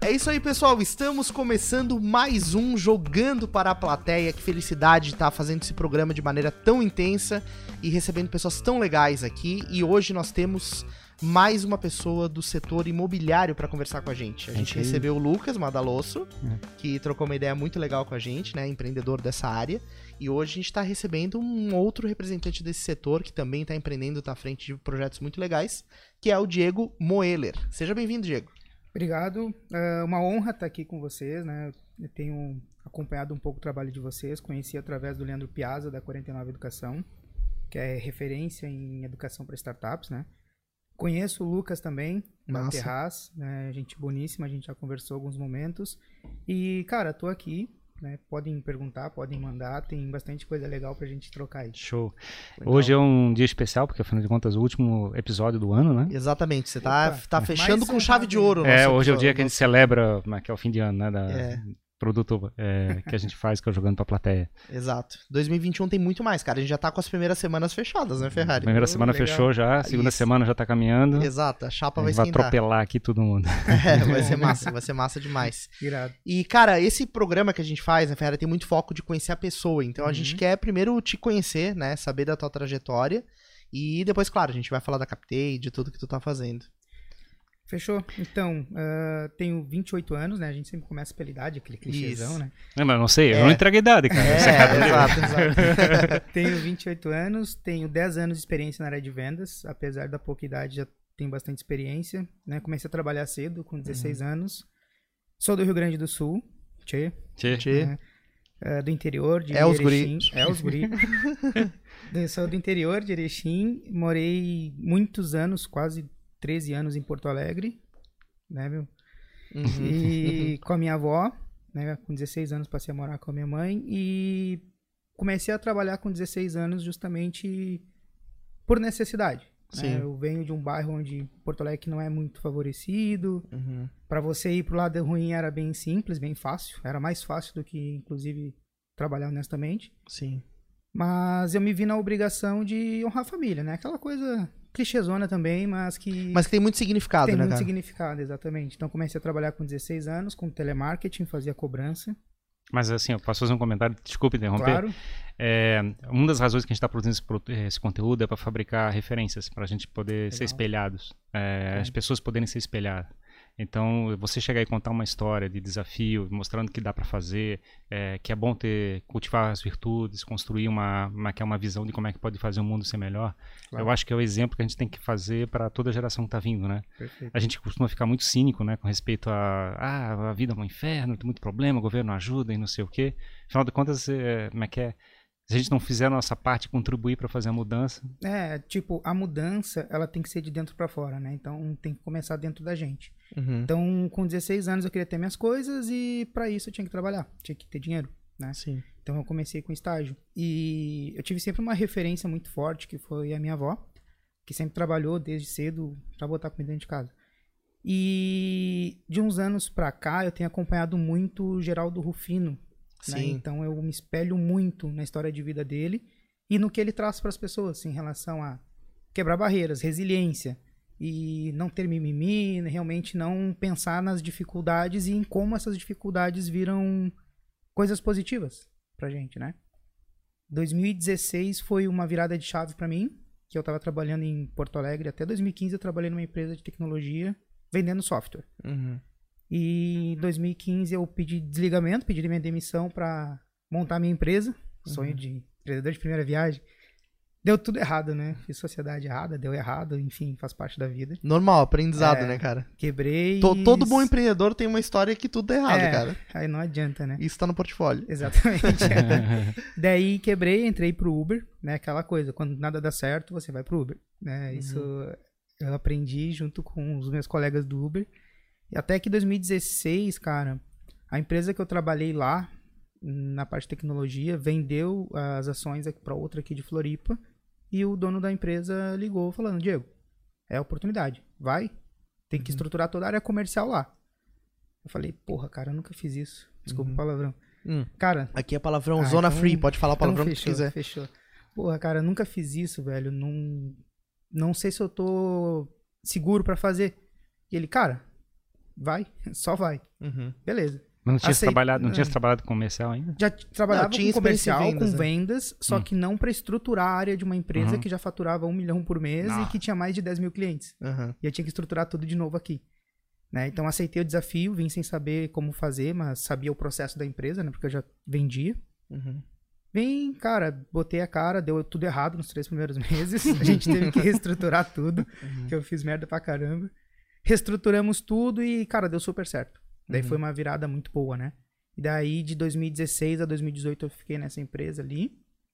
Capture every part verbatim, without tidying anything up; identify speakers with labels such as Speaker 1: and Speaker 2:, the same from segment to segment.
Speaker 1: É isso aí, pessoal. Estamos começando mais um Jogando para a Plateia. Que felicidade estar fazendo esse programa de maneira tão intensa e recebendo pessoas tão legais aqui. E hoje nós temos mais uma pessoa do setor imobiliário para conversar com a gente. A gente
Speaker 2: Okay.
Speaker 1: recebeu o Lucas Madalosso,
Speaker 2: É.
Speaker 1: que trocou uma ideia muito legal com a gente, né? Empreendedor dessa área. E hoje a gente está recebendo um outro representante desse setor que também está empreendendo, está à frente de projetos muito legais, que é o Diego Moeller. Seja bem-vindo, Diego.
Speaker 3: Obrigado, é uma honra estar aqui com vocês, né? Eu tenho acompanhado um pouco o trabalho de vocês, conheci através do Leandro Piazza, da quarenta e nove Educação, que é referência em educação para startups, né? Conheço o Lucas também, da
Speaker 1: Massa.
Speaker 3: Terraz, né? Gente boníssima, a gente já conversou alguns momentos. E, cara, tô aqui, né? Podem perguntar, podem mandar, tem bastante coisa legal pra gente trocar aí.
Speaker 2: Show.
Speaker 1: Legal.
Speaker 2: Hoje é um dia especial, porque afinal de contas é o último episódio do ano, né?
Speaker 1: Exatamente, você tá,
Speaker 3: Opa,
Speaker 1: tá fechando
Speaker 3: mais
Speaker 1: com
Speaker 3: um
Speaker 1: chave de
Speaker 3: ano.
Speaker 1: ouro. o
Speaker 2: É,
Speaker 1: nosso
Speaker 2: hoje é o
Speaker 1: episódio,
Speaker 2: dia que a gente
Speaker 1: nosso-
Speaker 2: celebra, né, que é o fim de ano, né? Da
Speaker 1: É.
Speaker 2: produto é, que a gente faz, que é o Jogando pra Plateia.
Speaker 1: Exato. dois mil e vinte e um tem muito mais, cara. A gente já tá com as primeiras semanas fechadas, né, Ferrari?
Speaker 2: Primeira
Speaker 3: Oh,
Speaker 2: semana
Speaker 3: legal.
Speaker 2: fechou já, segunda
Speaker 1: Isso.
Speaker 2: semana já tá caminhando.
Speaker 1: Exato, a chapa
Speaker 2: A
Speaker 1: vai
Speaker 2: gente vai
Speaker 1: esquentar.
Speaker 2: atropelar aqui todo mundo.
Speaker 1: É, vai ser massa, vai ser massa demais.
Speaker 3: Irado.
Speaker 1: E, cara, esse programa que a gente faz, né, Ferrari, tem muito foco de conhecer a pessoa. Então a
Speaker 3: Uhum.
Speaker 1: gente quer primeiro te conhecer, né, saber da tua trajetória. E depois, claro, a gente vai falar da Captei, de tudo que tu tá fazendo.
Speaker 3: Fechou? Então, ah, tenho vinte e oito anos, né? A gente sempre começa pela idade, aquele clichêzão,
Speaker 1: Isso.
Speaker 3: né?
Speaker 2: Não, mas não sei, eu
Speaker 1: É.
Speaker 2: não entreguei idade, cara. Essa é a cara dele.
Speaker 1: exato, exato.
Speaker 3: Tenho vinte e oito anos, tenho dez anos de experiência na área de vendas, apesar da pouca idade já tenho bastante experiência, né? Comecei a trabalhar cedo, com dezesseis anos. Sou do Rio Grande do Sul, tchê,
Speaker 2: Tchê.
Speaker 1: Tchê.
Speaker 3: né? É, do interior de
Speaker 1: É os
Speaker 3: Erechim.
Speaker 1: guri.
Speaker 3: É os guri. Eu sou do interior de Erechim, morei muitos anos, quase treze anos em Porto Alegre, né, meu?
Speaker 1: Uhum.
Speaker 3: E com a minha avó, né? Com dezesseis anos passei a morar com a minha mãe e comecei a trabalhar com dezesseis anos justamente por necessidade. né?
Speaker 1: Sim.
Speaker 3: Eu venho de um bairro onde Porto Alegre não é muito favorecido.
Speaker 1: Uhum.
Speaker 3: Para você ir pro lado ruim era bem simples, bem fácil. Era mais fácil do que, inclusive, trabalhar honestamente.
Speaker 1: Sim.
Speaker 3: Mas eu me vi na obrigação de honrar a família, né? Aquela coisa clichêzona também, mas que
Speaker 1: Mas que tem muito significado,
Speaker 3: tem
Speaker 1: né,
Speaker 3: muito
Speaker 1: cara?
Speaker 3: significado, exatamente. Então comecei a trabalhar com dezesseis anos, com telemarketing, fazia cobrança.
Speaker 2: Mas assim, eu posso fazer um comentário? Desculpa interromper.
Speaker 3: Claro.
Speaker 2: É, uma das razões que a gente está produzindo esse, pro- esse conteúdo é para fabricar referências, para a gente poder ser
Speaker 3: Legal.
Speaker 2: espelhados, é,
Speaker 3: Bom.
Speaker 2: as pessoas poderem ser espelhadas. Então, você chegar e contar uma história de desafio, mostrando que dá para fazer, é, que é bom ter cultivar as virtudes, construir uma, uma, que é uma visão de como é que pode fazer o mundo ser melhor.
Speaker 3: Claro.
Speaker 2: Eu acho que é o exemplo que a gente tem que fazer para toda a geração que está vindo, né?
Speaker 3: Perfeito.
Speaker 2: A gente costuma ficar muito cínico, né, com respeito a ah, a vida é um inferno, tem muito problema, o governo não ajuda e não sei o quê. Afinal de contas, é, como é que é? Se a gente não fizer a nossa parte, contribuir para fazer a mudança,
Speaker 3: É, tipo, a mudança, ela tem que ser de dentro pra fora, né? Então tem que começar dentro da gente.
Speaker 1: Uhum.
Speaker 3: Então, com dezesseis anos eu queria ter minhas coisas e pra isso eu tinha que trabalhar, tinha que ter dinheiro, né?
Speaker 1: Sim.
Speaker 3: Então eu comecei com estágio. E eu tive sempre uma referência muito forte, que foi a minha avó, que sempre trabalhou desde cedo pra botar comida dentro de casa. E de uns anos pra cá eu tenho acompanhado muito o Geraldo Rufino, né?
Speaker 1: Sim.
Speaker 3: Então eu me espelho muito na história de vida dele e no que ele traz para as pessoas em relação a quebrar barreiras, resiliência e não ter mimimi, realmente não pensar nas dificuldades e em como essas dificuldades viram coisas positivas pra gente, né? dois mil e dezesseis foi uma virada de chave para mim, que eu estava trabalhando em Porto Alegre até dois mil e quinze eu trabalhei numa empresa de tecnologia vendendo software.
Speaker 1: Uhum.
Speaker 3: E em dois mil e quinze eu pedi desligamento, pedi minha demissão para montar minha empresa. Sonho de empreendedor de primeira viagem. Deu tudo errado, né? Fiz sociedade errada, deu errado, enfim, faz parte da vida.
Speaker 1: Normal, aprendizado,
Speaker 3: É.
Speaker 1: né, cara?
Speaker 3: Quebrei.
Speaker 1: To- Todo bom empreendedor tem uma história que tudo dá errado,
Speaker 3: É,
Speaker 1: cara.
Speaker 3: Aí não adianta, né?
Speaker 1: Isso tá no portfólio.
Speaker 3: Exatamente. Daí quebrei, entrei pro Uber, né? Aquela coisa, quando nada dá certo, você vai pro Uber, né? Isso eu aprendi junto com os meus colegas do Uber. E até que em dois mil e dezesseis, cara, a empresa que eu trabalhei lá, na parte de tecnologia, vendeu as ações para outra aqui de Floripa e o dono da empresa ligou falando, Diego, é oportunidade, vai, tem que estruturar toda a área comercial lá. Eu falei, porra, cara, eu nunca fiz isso. Desculpa o palavrão.
Speaker 1: Hum.
Speaker 3: Cara,
Speaker 1: Aqui é palavrão,
Speaker 3: Ah,
Speaker 1: zona
Speaker 3: então-
Speaker 1: free, pode falar o
Speaker 3: então
Speaker 1: palavrão que
Speaker 3: fechou,
Speaker 1: tu quiser.
Speaker 3: fechou. Porra, cara, eu nunca fiz isso, velho. Não, não sei se eu tô seguro pra fazer. E ele, cara, vai, só vai.
Speaker 1: Uhum.
Speaker 3: Beleza.
Speaker 2: Mas não tinha
Speaker 3: Aceit...
Speaker 2: trabalhado, não tinha trabalhado com comercial ainda?
Speaker 3: Já trabalhava
Speaker 1: Não, tinha
Speaker 3: com comercial,
Speaker 1: vendas,
Speaker 3: com
Speaker 1: né?
Speaker 3: vendas, só
Speaker 2: Hum.
Speaker 3: que não para estruturar a área de uma empresa
Speaker 2: Uhum.
Speaker 3: que já faturava um milhão por mês
Speaker 2: Ah.
Speaker 3: e que tinha mais de dez mil clientes.
Speaker 1: Uhum.
Speaker 3: E eu tinha que estruturar tudo de novo aqui. Né? Então aceitei o desafio, vim sem saber como fazer, mas sabia o processo da empresa, né? Porque eu já vendia.
Speaker 1: Uhum.
Speaker 3: Vim, cara, botei a cara, deu tudo errado nos três primeiros meses. A gente teve que reestruturar tudo,
Speaker 1: Uhum.
Speaker 3: que eu fiz merda pra caramba. Reestruturamos tudo e, cara, deu super certo. Daí
Speaker 1: Uhum.
Speaker 3: foi uma virada muito boa, né? E daí, de dois mil e dezesseis a dois mil e dezoito, eu fiquei nessa empresa ali.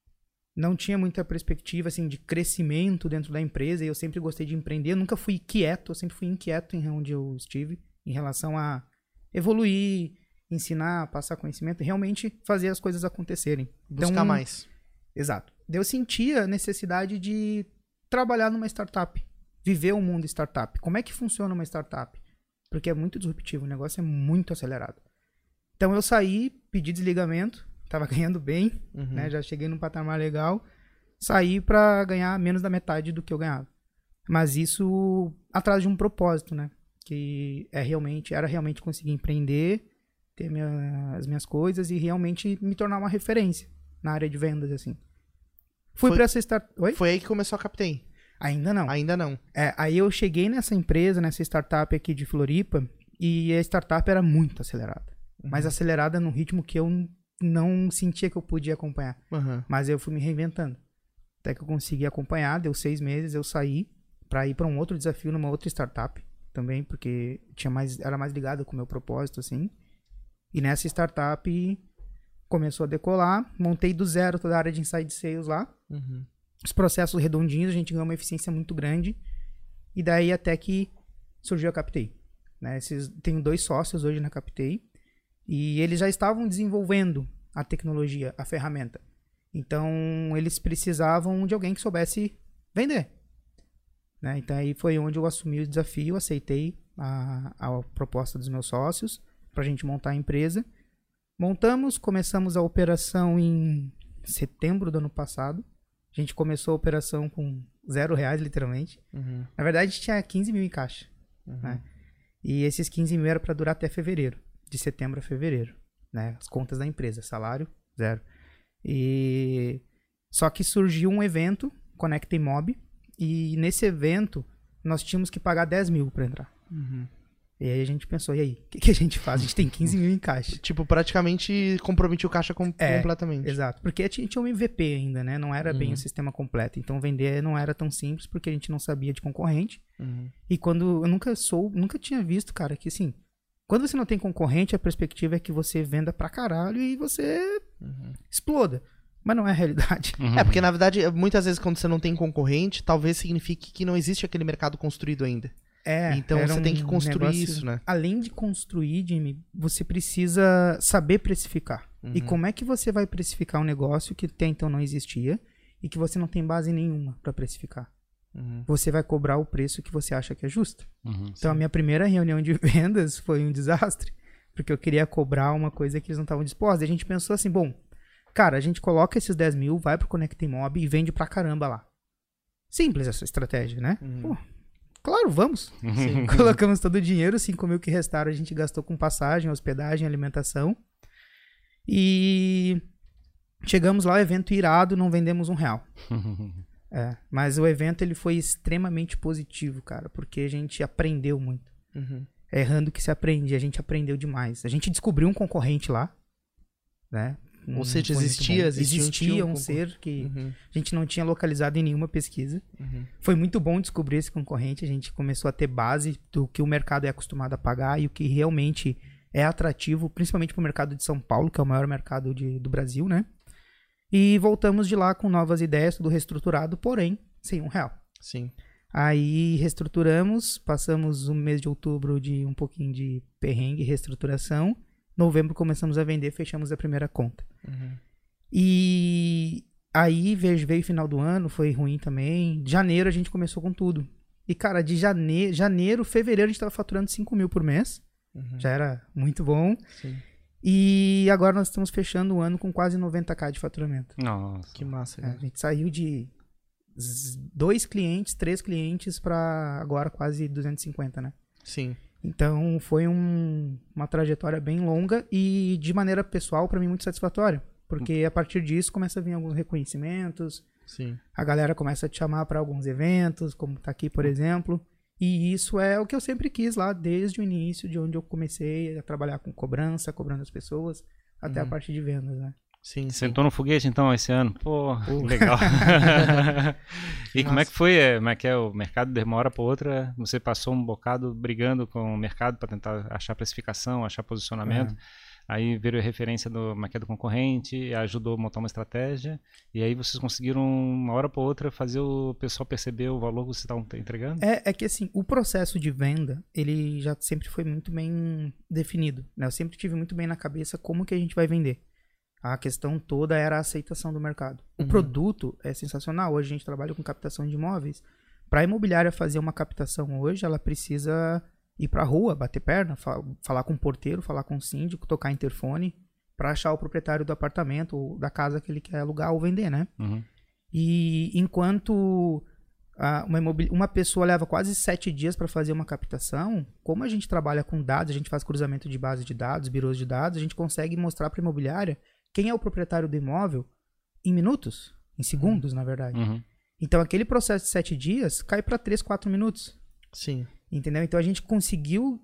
Speaker 3: Não tinha muita perspectiva, assim, de crescimento dentro da empresa. E eu sempre gostei de empreender. Eu nunca fui quieto, eu sempre fui inquieto em onde eu estive. Em relação a evoluir, ensinar, passar conhecimento. E realmente fazer as coisas acontecerem.
Speaker 1: Buscar
Speaker 3: Então,
Speaker 1: mais.
Speaker 3: Exato. Daí eu sentia a necessidade de trabalhar numa startup. Viver o mundo startup. Como é que funciona uma startup? Porque é muito disruptivo. O negócio é muito acelerado. Então eu saí, pedi desligamento, tava ganhando bem,
Speaker 1: Uhum.
Speaker 3: né? Já cheguei num patamar legal, saí pra ganhar menos da metade do que eu ganhava. Mas isso atrás de um propósito, né? Que é realmente, era realmente conseguir empreender, ter minha, as minhas coisas e realmente me tornar uma referência na área de vendas, assim. Fui
Speaker 1: Foi-
Speaker 3: pra essa startup. Oi?
Speaker 1: Foi aí que começou a Captem.
Speaker 3: Ainda não.
Speaker 1: Ainda não.
Speaker 3: É, aí eu cheguei nessa empresa, nessa startup aqui de Floripa, e a startup era muito acelerada. Mas acelerada num ritmo que eu n- não sentia que eu podia acompanhar.
Speaker 1: Uhum.
Speaker 3: Mas eu fui me reinventando. Até que eu consegui acompanhar, deu seis meses, eu saí pra ir pra um outro desafio numa outra startup também, porque tinha mais, era mais ligado com o meu propósito, assim. E nessa startup começou a decolar, montei do zero toda a área de inside sales lá.
Speaker 1: Uhum.
Speaker 3: Os processos redondinhos, a gente ganhou uma eficiência muito grande. E daí até que surgiu a Captei. Né? Esses, tenho dois sócios hoje na Captei. E eles já estavam desenvolvendo a tecnologia, a ferramenta. Então, eles precisavam de alguém que soubesse vender. Né? Então, aí foi onde eu assumi o desafio, aceitei a, a proposta dos meus sócios para a gente montar a empresa. Montamos, começamos a operação em setembro do ano passado. A gente começou a operação com zero reais, literalmente.
Speaker 1: Uhum.
Speaker 3: Na verdade, tinha quinze mil em caixa.
Speaker 1: Uhum.
Speaker 3: Né? E esses quinze mil era para durar até fevereiro. De setembro a fevereiro. Né? As contas da empresa. Salário, zero. E... Só que surgiu um evento, Conectem Mob. E nesse evento, nós tínhamos que pagar dez mil para entrar.
Speaker 1: Uhum.
Speaker 3: E aí a gente pensou, e aí? O que, que a gente faz? A gente tem quinze mil em caixa.
Speaker 1: Tipo, praticamente comprometiu o caixa com-
Speaker 3: É,
Speaker 1: completamente.
Speaker 3: Exato, porque tinha tinha um M V P ainda, né? Não era bem
Speaker 1: Uhum.
Speaker 3: o sistema completo. Então vender não era tão simples porque a gente não sabia de concorrente.
Speaker 1: Uhum.
Speaker 3: E quando eu nunca sou, nunca tinha visto, cara, que assim, quando você não tem concorrente, a perspectiva é que você venda pra caralho e você
Speaker 1: Uhum.
Speaker 3: exploda. Mas não é a realidade.
Speaker 2: Uhum.
Speaker 1: É, porque na verdade, muitas vezes quando você não tem concorrente, talvez signifique que não existe aquele mercado construído ainda.
Speaker 3: É,
Speaker 1: Então
Speaker 3: era
Speaker 1: você tem que
Speaker 3: um
Speaker 1: construir
Speaker 3: negócio-
Speaker 1: isso, né?
Speaker 3: Além de construir, Jimmy, você precisa saber precificar. E
Speaker 1: Uhum.
Speaker 3: como é que você vai precificar um negócio que até então não existia e que você não tem base nenhuma pra precificar?
Speaker 1: Uhum.
Speaker 3: Você vai cobrar o preço que você acha que é justo.
Speaker 2: Uhum.
Speaker 3: Então a minha primeira reunião de vendas foi um desastre, porque eu queria cobrar uma coisa que eles não estavam dispostos. E a gente pensou assim, bom, cara, a gente coloca esses dez mil, vai pro Conectem Mob e vende pra caramba lá. Simples essa estratégia, né?
Speaker 1: Uhum.
Speaker 3: Pô, claro, vamos.
Speaker 1: Sim.
Speaker 3: Colocamos todo o dinheiro, cinco mil que restaram a gente gastou com passagem, hospedagem, alimentação. E chegamos lá, evento irado, não vendemos um real. É, mas o evento ele foi extremamente positivo, cara, porque a gente aprendeu muito.
Speaker 1: Uhum.
Speaker 3: É errando que se aprende, a gente aprendeu demais. A gente descobriu um concorrente lá, né?
Speaker 1: Ou
Speaker 3: Um-
Speaker 1: seja,
Speaker 3: foi muito
Speaker 1: existia-
Speaker 3: bom.
Speaker 1: existia um-
Speaker 3: existia
Speaker 1: tinha um
Speaker 3: um
Speaker 1: concor-
Speaker 3: ser que
Speaker 1: Uhum.
Speaker 3: a gente não tinha localizado em nenhuma pesquisa.
Speaker 1: Uhum.
Speaker 3: Foi muito bom descobrir esse concorrente. A gente começou a ter base do que o mercado é acostumado a pagar e o que realmente é atrativo, principalmente para o mercado de São Paulo, que é o maior mercado de, do Brasil, né? E voltamos de lá com novas ideias, tudo reestruturado, porém, sem um real.
Speaker 1: Sim.
Speaker 3: Aí reestruturamos, passamos o mês de outubro de um pouquinho de perrengue, reestruturação. Novembro começamos a vender, fechamos a primeira conta.
Speaker 1: Uhum.
Speaker 3: E aí veio, veio o final do ano, foi ruim também. Janeiro a gente começou com tudo. E cara, de janeiro, janeiro fevereiro a gente tava faturando cinco mil por mês.
Speaker 1: Uhum.
Speaker 3: Já era muito bom.
Speaker 1: Sim.
Speaker 3: E agora nós estamos fechando o ano com quase noventa mil de faturamento.
Speaker 2: Nossa.
Speaker 1: Que massa,
Speaker 3: É,
Speaker 1: cara.
Speaker 3: a gente saiu de z- dois clientes, três clientes para agora quase duzentos e cinquenta, né?
Speaker 1: Sim.
Speaker 3: Então, foi um, uma trajetória bem longa e, de maneira pessoal, para mim, muito satisfatória. Porque, a partir disso, começa a vir alguns reconhecimentos.
Speaker 1: Sim.
Speaker 3: A galera começa a te chamar para alguns eventos, como tá aqui, por exemplo. E isso é o que eu sempre quis lá, desde o início, de onde eu comecei a trabalhar com cobrança, cobrando as pessoas, até
Speaker 1: Uhum.
Speaker 3: a parte de vendas, né?
Speaker 1: Sim, sim.
Speaker 2: Sentou no foguete, então, esse ano? Pô, que legal. E como é que
Speaker 1: Massa.
Speaker 2: foi? é, Como é que é? O mercado de uma hora para outra, você passou um bocado brigando com o mercado para tentar achar precificação, achar posicionamento. Aí veio a referência do, como é que é, do concorrente, ajudou a montar uma estratégia. E aí vocês conseguiram, uma hora para outra, fazer o pessoal perceber o valor que vocês estavam entregando?
Speaker 3: É, é que assim, o processo de venda, ele já sempre foi muito bem definido, né? Eu sempre tive muito bem na cabeça como que a gente vai vender. A questão toda era a aceitação do mercado. O
Speaker 1: Uhum.
Speaker 3: produto é sensacional. Hoje a gente trabalha com captação de imóveis. Para a imobiliária fazer uma captação hoje, ela precisa ir para a rua, bater perna, fa- falar com o porteiro, falar com o síndico, tocar interfone para achar o proprietário do apartamento ou da casa que ele quer alugar ou vender, né?
Speaker 2: Uhum.
Speaker 3: E enquanto ah, uma, imobili- uma pessoa leva quase sete dias para fazer uma captação, como a gente trabalha com dados, a gente faz cruzamento de base de dados, birôs de dados, a gente consegue mostrar para a imobiliária quem é o proprietário do imóvel em minutos, em segundos, na verdade.
Speaker 2: Uhum.
Speaker 3: Então, aquele processo de sete dias cai para três, quatro minutos.
Speaker 1: Sim.
Speaker 3: Entendeu? Então, a gente conseguiu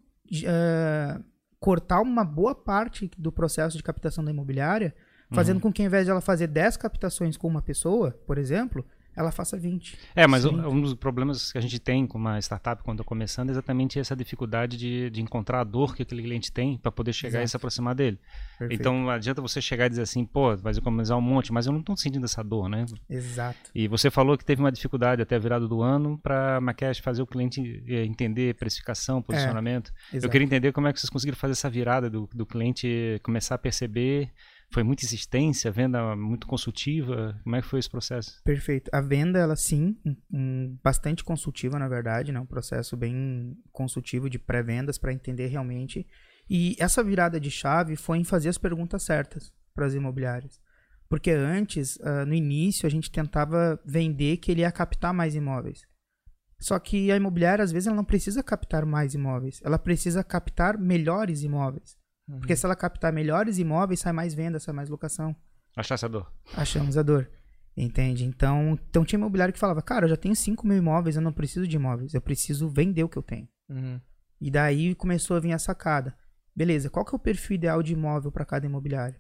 Speaker 3: eh, cortar uma boa parte do processo de captação da imobiliária, fazendo
Speaker 2: Uhum.
Speaker 3: com que, ao invés de ela fazer dez captações com uma pessoa, por exemplo, ela faça vinte.
Speaker 2: É, mas
Speaker 3: Sim.
Speaker 2: um um dos problemas que a gente tem com uma startup quando está começando é exatamente essa dificuldade de, de encontrar a dor que aquele cliente tem para poder chegar
Speaker 3: Exato.
Speaker 2: e se aproximar dele.
Speaker 3: Perfeito.
Speaker 2: Então não adianta você chegar e dizer assim, pô, vai economizar um monte, mas eu não estou sentindo essa dor, né?
Speaker 3: Exato.
Speaker 2: E você falou que teve uma dificuldade até a virada do ano para a Maquete fazer o cliente eh, entender precificação, posicionamento. Eu
Speaker 3: Exato.
Speaker 2: queria entender como é que vocês conseguiram fazer essa virada do, do cliente começar a perceber. Foi muita insistência, venda muito consultiva? Como é que foi esse processo?
Speaker 3: Perfeito. A venda, ela sim, um, um, bastante consultiva, na verdade, né? Um processo bem consultivo de pré-vendas para entender realmente. E essa virada de chave foi em fazer as perguntas certas para as imobiliárias. Porque antes, uh, no início, a gente tentava vender que ele ia captar mais imóveis. Só que a imobiliária, às vezes, ela não precisa captar mais imóveis. Ela precisa captar melhores imóveis.
Speaker 1: Uhum.
Speaker 3: Porque se ela captar melhores imóveis, sai mais venda, sai mais locação.
Speaker 2: Achar essa dor.
Speaker 3: Achamos a dor. Entende? Então, então tinha imobiliário que falava, cara, eu já tenho cinco mil imóveis, eu não preciso de imóveis, eu preciso vender o que eu tenho.
Speaker 1: Uhum.
Speaker 3: E daí começou a vir a sacada. Beleza, qual que é o perfil ideal de imóvel para cada imobiliário?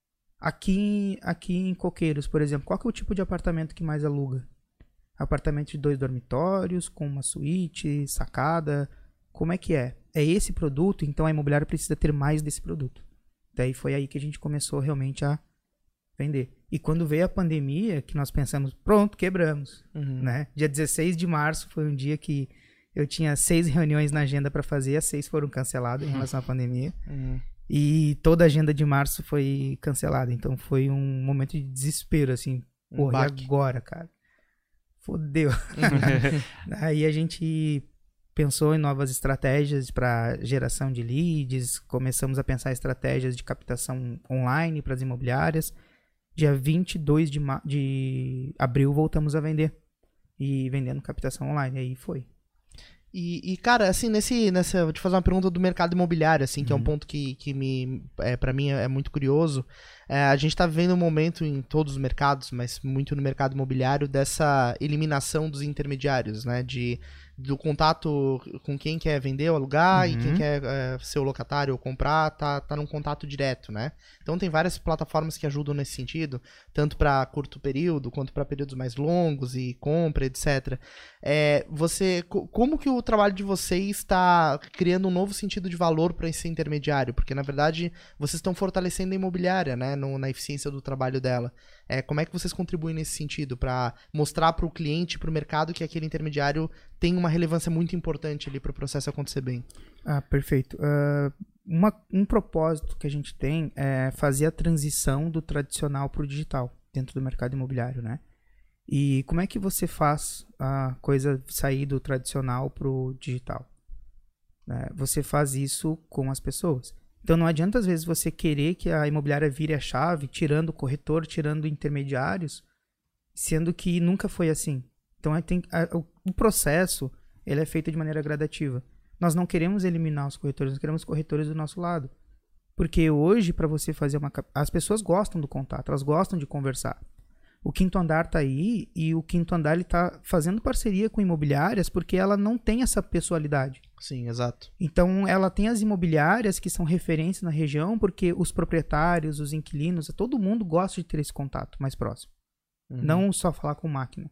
Speaker 3: Aqui, aqui em Coqueiros, por exemplo, qual que é o tipo de apartamento que mais aluga? Apartamento de dois dormitórios, com uma suíte, sacada, como é que é? É esse produto, então a imobiliária precisa ter mais desse produto. Daí foi aí que a gente começou realmente a vender. E quando veio a pandemia, que nós pensamos, pronto, quebramos.
Speaker 1: Uhum.
Speaker 3: Né? Dia dezesseis de março foi um dia que eu tinha seis reuniões na agenda para fazer, as seis foram canceladas em relação à pandemia.
Speaker 1: Uhum.
Speaker 3: E toda a agenda de março foi cancelada. Então foi um momento de desespero, assim.
Speaker 1: Um
Speaker 3: Porra,
Speaker 1: baque.
Speaker 3: e agora, cara? Fodeu. Aí a gente pensou em novas estratégias para geração de leads, começamos a pensar em estratégias de captação online para as imobiliárias. Dia vinte e dois de, ma- de abril voltamos a vender. E vendendo captação online. Aí foi.
Speaker 1: E, e, cara, assim, nesse, nessa, vou te fazer uma pergunta do mercado imobiliário, assim, que é um
Speaker 3: Uhum.
Speaker 1: ponto que, que me, é, para mim é, é muito curioso. É, a gente tá vivendo um momento em todos os mercados, mas muito no mercado imobiliário, dessa eliminação dos intermediários, né, de, do contato com quem quer vender ou alugar,
Speaker 3: Uhum.
Speaker 1: e quem quer é, ser o locatário ou comprar, tá, tá num contato direto, né. Então tem várias plataformas que ajudam nesse sentido, tanto para curto período, quanto para períodos mais longos e compra, etcétera. É, você, co- como que o trabalho de vocês está criando um novo sentido de valor para esse intermediário? Porque, na verdade, vocês estão fortalecendo a imobiliária, né, no- na eficiência do trabalho dela. É, como é que vocês contribuem nesse sentido para mostrar para o cliente, para o mercado, que aquele intermediário tem uma relevância muito importante ali para o processo acontecer bem?
Speaker 3: Ah, perfeito. Ah, uma- um propósito que a gente tem é fazer a transição do tradicional para o digital dentro do mercado imobiliário, né? E como é que você faz a coisa sair do tradicional para o digital? Né? Você faz isso com as pessoas. Então não adianta às vezes você querer que a imobiliária vire a chave, tirando o corretor, tirando intermediários, sendo que nunca foi assim. Então é, tem, a- o, o processo ele é feito de maneira gradativa. Nós não queremos eliminar os corretores, nós queremos corretores do nosso lado. Porque hoje, para você fazer uma... As pessoas gostam do contato, elas gostam de conversar. O Quinto Andar tá aí e o Quinto Andar ele tá fazendo parceria com imobiliárias porque ela não tem essa pessoalidade.
Speaker 1: Sim, exato.
Speaker 3: Então, ela tem as imobiliárias que são referências na região porque os proprietários, os inquilinos, todo mundo gosta de ter esse contato mais próximo. Uhum. Não só falar com máquina.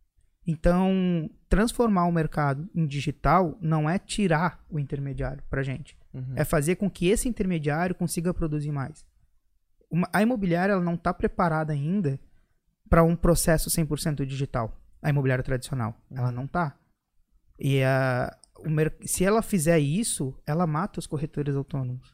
Speaker 3: Então, transformar o mercado em digital não é tirar o intermediário pra gente. Uhum. É fazer com que esse intermediário consiga produzir mais. Uma, a imobiliária ela não está preparada ainda para um processo cem por cento digital. A imobiliária tradicional. Uhum. Ela não está. E a, o, se ela fizer isso, ela mata os corretores autônomos.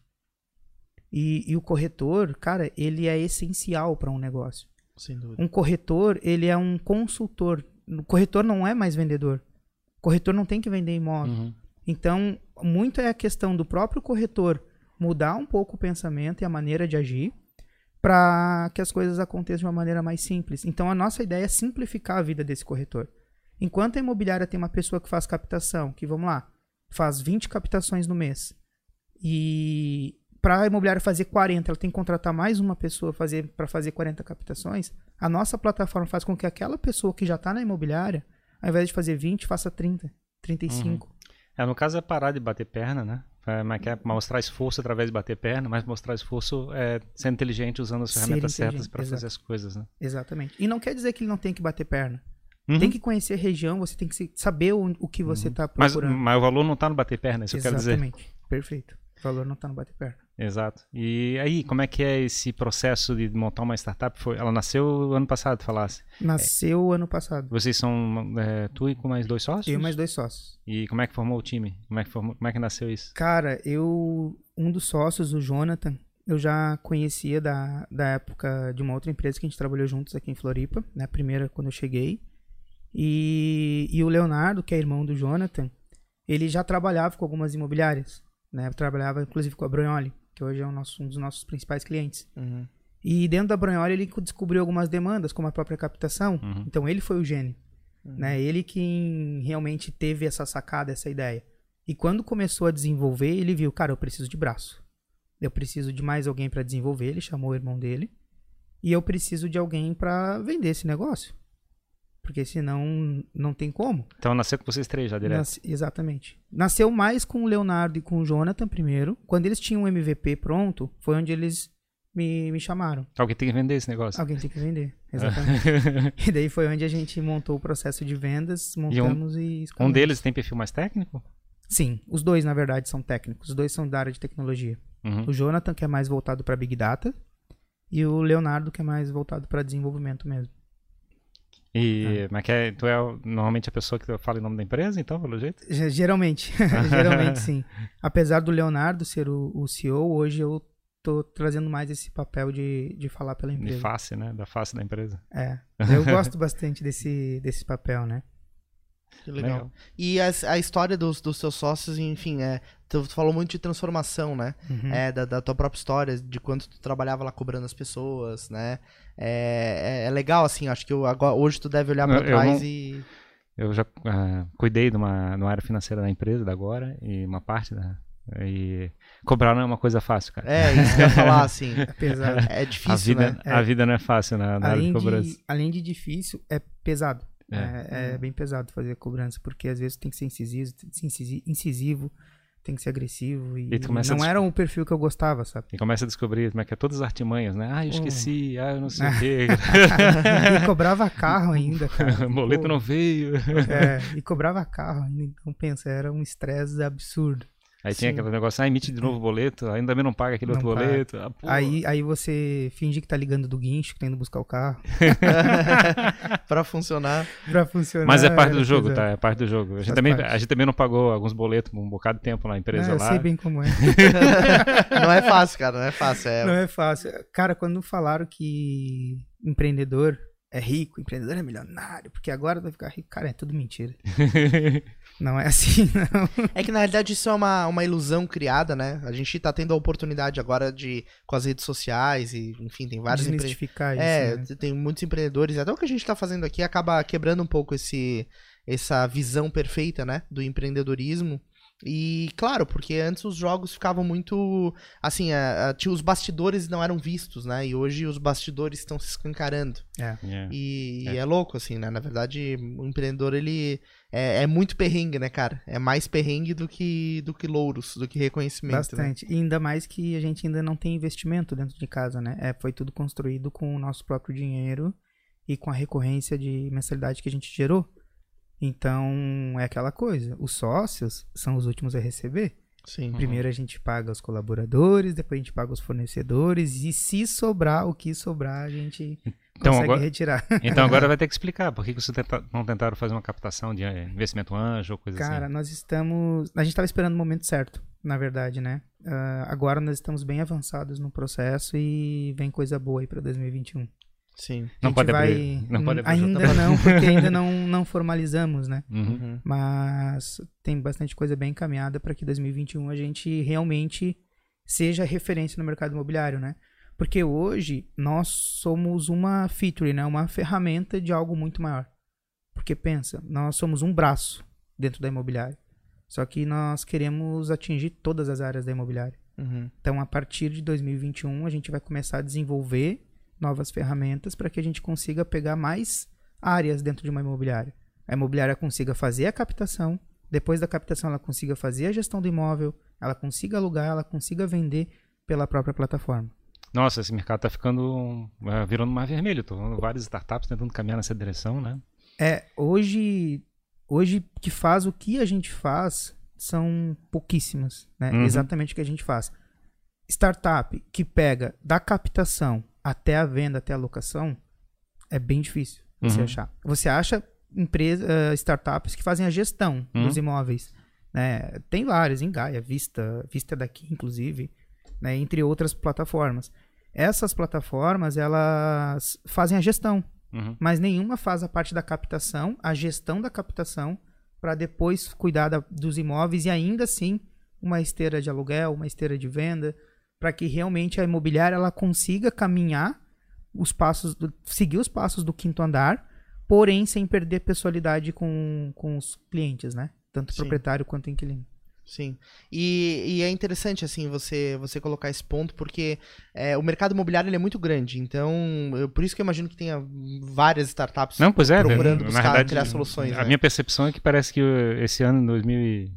Speaker 3: E, e o corretor, cara, ele é essencial para um negócio.
Speaker 1: Sem dúvida.
Speaker 3: Um corretor, ele é um consultor. O corretor não é mais vendedor. O corretor não tem que vender imóvel. Uhum. Então, muito é a questão do próprio corretor mudar um pouco o pensamento e a maneira de agir para que as coisas aconteçam de uma maneira mais simples. Então, a nossa ideia é simplificar a vida desse corretor. Enquanto a imobiliária tem uma pessoa que faz captação, que, vamos lá, faz vinte captações no mês, e para a imobiliária fazer quarenta, ela tem que contratar mais uma pessoa fazer, para fazer quarenta captações, a nossa plataforma faz com que aquela pessoa que já está na imobiliária, ao invés de fazer vinte, faça trinta, trinta e cinco.
Speaker 2: Uhum. É, no caso é parar de bater perna, né? É, mas quer mostrar esforço através de bater perna, mas mostrar esforço é ser inteligente usando as ferramentas certas para fazer as coisas, né?
Speaker 3: Exatamente. E não quer dizer que ele não tem que bater perna.
Speaker 2: Uhum.
Speaker 3: Tem que conhecer a região, você tem que saber o, o que você está
Speaker 2: uhum.
Speaker 3: procurando.
Speaker 2: Mas, mas o valor não está no bater perna, isso eu quero dizer.
Speaker 3: Exatamente. Perfeito. O valor não está no bater perna.
Speaker 2: Exato. E aí, como é que é esse processo de montar uma startup? Foi, ela nasceu ano passado, falasse?
Speaker 3: Nasceu é. ano passado.
Speaker 2: Vocês são, é, tu e com mais dois sócios?
Speaker 3: Eu e mais dois sócios.
Speaker 2: E como é que formou o time? Como é que, formou, como é que nasceu isso?
Speaker 3: Cara, eu, um dos sócios, o Jonathan, eu já conhecia da, da época de uma outra empresa que a gente trabalhou juntos aqui em Floripa, né? A primeira quando eu cheguei. E, e o Leonardo, que é irmão do Jonathan, ele já trabalhava com algumas imobiliárias, né? Trabalhava inclusive com a Brunholi, que hoje é o nosso, um dos nossos principais clientes. Uhum. E dentro da Brunholi ele descobriu algumas demandas, como a própria captação. Uhum. Então ele foi o gênio. Uhum. Né? Ele que realmente teve essa sacada, essa ideia. E quando começou a desenvolver, ele viu, cara, eu preciso de braço. Eu preciso de mais alguém para desenvolver. Ele chamou o irmão dele. E eu preciso de alguém para vender esse negócio. Porque senão não tem como.
Speaker 2: Então nasceu com vocês três já direto?
Speaker 3: Nasce, exatamente. Nasceu mais com o Leonardo e com o Jonathan primeiro. Quando eles tinham um M V P pronto, foi onde eles me, me chamaram.
Speaker 2: Alguém tem que vender esse negócio.
Speaker 3: Alguém tem que vender, exatamente. E daí foi onde a gente montou o processo de vendas, montamos e... Um, e
Speaker 2: escalamos. Um deles tem perfil mais técnico?
Speaker 3: Sim, os dois na verdade são técnicos. Os dois são da área de tecnologia. Uhum. O Jonathan, que é mais voltado para Big Data, e o Leonardo, que é mais voltado para desenvolvimento mesmo.
Speaker 2: E, ah. Mas que é, tu é normalmente a pessoa que fala em nome da empresa, então, pelo jeito?
Speaker 3: Geralmente, geralmente sim. Apesar do Leonardo ser o, o C E O, hoje eu tô trazendo mais esse papel de, de falar pela empresa.
Speaker 2: De face, né? Da face da empresa.
Speaker 3: É, eu gosto bastante desse, desse papel, né?
Speaker 1: Que legal. legal. E a, a história dos, dos seus sócios, enfim, é, tu falou muito de transformação, né? Uhum. É, da, da tua própria história, de quanto tu trabalhava lá cobrando as pessoas, né? É, é, é legal, assim, acho que eu, agora, hoje tu deve olhar pra eu, trás eu não, e...
Speaker 2: Eu já uh, cuidei de uma, de uma área financeira da empresa, da Agora, e uma parte da... E cobrar não é uma coisa fácil, cara.
Speaker 3: É, isso que eu ia falar, assim. É pesado. É difícil,
Speaker 2: a vida,
Speaker 3: né?
Speaker 2: A é, vida não é fácil na, na área de cobrança.
Speaker 3: De, além de difícil, é pesado. É. É, é
Speaker 2: hum.
Speaker 3: bem pesado fazer a cobrança, porque às vezes tem que ser incisivo, incisivo tem que ser agressivo. E,
Speaker 2: e não
Speaker 3: era um perfil que eu gostava, sabe?
Speaker 2: E começa a descobrir como é que é todas as artimanhas, né? Ah, eu esqueci, hum. ah, eu não sei o quê.
Speaker 3: E cobrava carro ainda, cara.
Speaker 2: O boleto Pô. não veio.
Speaker 3: É, e cobrava carro ainda, então pensa, era um estresse absurdo.
Speaker 2: Aí Sim. tinha aquele negócio, ah, emite de novo o boleto, ainda também não paga aquele não outro paga. boleto. Ah,
Speaker 3: aí, aí você finge que tá ligando do guincho, que tá indo buscar o carro.
Speaker 1: Pra funcionar.
Speaker 3: Pra funcionar.
Speaker 2: Mas é parte do jogo, tá? É parte do jogo. A gente, também, a gente também não pagou alguns boletos por um bocado de tempo na empresa
Speaker 3: não,
Speaker 2: lá.
Speaker 3: Eu sei bem como é.
Speaker 1: Não é fácil, cara, não é fácil. É...
Speaker 3: Não é fácil. Cara, quando falaram que empreendedor é rico, empreendedor é milionário, porque agora vai ficar rico, cara, é tudo mentira. Não é assim, não.
Speaker 1: É que na realidade isso é uma, uma ilusão criada, né? A gente tá tendo a oportunidade agora de, com as redes sociais e, enfim, tem vários
Speaker 3: empreendedores.
Speaker 1: É,
Speaker 3: né?
Speaker 1: Tem muitos empreendedores. Até o que a gente tá fazendo aqui acaba quebrando um pouco esse, essa visão perfeita, né? Do empreendedorismo. E, claro, porque antes os jogos ficavam muito, assim, a, a, tinha, os bastidores não eram vistos, né? E hoje os bastidores estão se escancarando.
Speaker 3: É.
Speaker 2: Yeah.
Speaker 1: E,
Speaker 2: É.
Speaker 1: e é louco, assim, né? Na verdade, o empreendedor, ele é, é muito perrengue, né, cara? É mais perrengue do que, do que louros, do que reconhecimento.
Speaker 3: Bastante.
Speaker 1: Né?
Speaker 3: E ainda mais que a gente ainda não tem investimento dentro de casa, né? É, foi tudo construído com o nosso próprio dinheiro e com a recorrência de mensalidade que a gente gerou. Então, é aquela coisa. Os sócios são os últimos a receber.
Speaker 1: Sim.
Speaker 3: Primeiro a gente paga os colaboradores, depois a gente paga os fornecedores e se sobrar, o que sobrar, a gente
Speaker 2: Então,
Speaker 3: consegue
Speaker 2: agora-
Speaker 3: retirar.
Speaker 2: Então agora vai ter que explicar por que que vocês tenta- não tentaram fazer uma captação de eh, investimento anjo ou coisa
Speaker 3: Cara,
Speaker 2: assim.
Speaker 3: nós estamos... A gente estava esperando o momento certo, na verdade, né? Ah, agora nós estamos bem avançados no processo e vem coisa boa aí para dois mil e vinte e um.
Speaker 1: Sim.
Speaker 3: A
Speaker 2: Não
Speaker 3: gente
Speaker 2: pode
Speaker 3: vai...
Speaker 2: abrir- não pode abrir
Speaker 3: Ainda
Speaker 2: J P.
Speaker 3: não, porque ainda não, não formalizamos, né?
Speaker 2: Uhum.
Speaker 1: Uhum.
Speaker 3: Mas tem bastante coisa bem encaminhada para que dois mil e vinte e um a gente realmente seja referência no mercado imobiliário, né? Porque hoje nós somos uma feature, né? Uma ferramenta de algo muito maior. Porque pensa, nós somos um braço dentro da imobiliária. Só que nós queremos atingir todas as áreas da imobiliária.
Speaker 1: Uhum.
Speaker 3: Então, a partir de dois mil e vinte e um, a gente vai começar a desenvolver novas ferramentas para que a gente consiga pegar mais áreas dentro de uma imobiliária. A imobiliária consiga fazer a captação, depois da captação ela consiga fazer a gestão do imóvel, ela consiga alugar, ela consiga vender pela própria plataforma.
Speaker 2: Nossa, esse mercado tá ficando, eh, virando mar vermelho. Tô vendo várias startups tentando caminhar nessa direção, né?
Speaker 3: É, hoje, hoje que faz o que a gente faz são pouquíssimas, né?
Speaker 2: Uhum.
Speaker 3: Exatamente o que a gente faz. Startup que pega da captação até a venda, até a locação, é bem difícil você
Speaker 2: Uhum.
Speaker 3: achar. Você acha empresa, uh, startups que fazem a gestão
Speaker 2: Uhum.
Speaker 3: dos imóveis, né? Tem várias, em Gaia, Vista, Vista daqui, inclusive, né? Entre outras plataformas. Essas plataformas, elas fazem a gestão,
Speaker 2: Uhum.
Speaker 3: mas nenhuma faz a parte da captação, a gestão da captação, para depois cuidar da- dos imóveis e ainda assim uma esteira de aluguel, uma esteira de venda, para que realmente a imobiliária ela consiga caminhar os passos, do- seguir os passos do quinto andar, porém sem perder pessoalidade com, com os clientes, né? Tanto
Speaker 1: Sim.
Speaker 3: proprietário quanto inquilino.
Speaker 1: Sim. E, e é interessante, assim, você, você colocar esse ponto, porque é, o mercado imobiliário ele é muito grande. Então, eu- por isso que eu imagino que tenha várias startups
Speaker 2: Não, pois é.
Speaker 1: procurando
Speaker 2: na
Speaker 1: buscar
Speaker 2: verdade,
Speaker 1: criar soluções.
Speaker 2: A
Speaker 1: né?
Speaker 2: minha percepção é que parece que uh, esse ano, dois mil e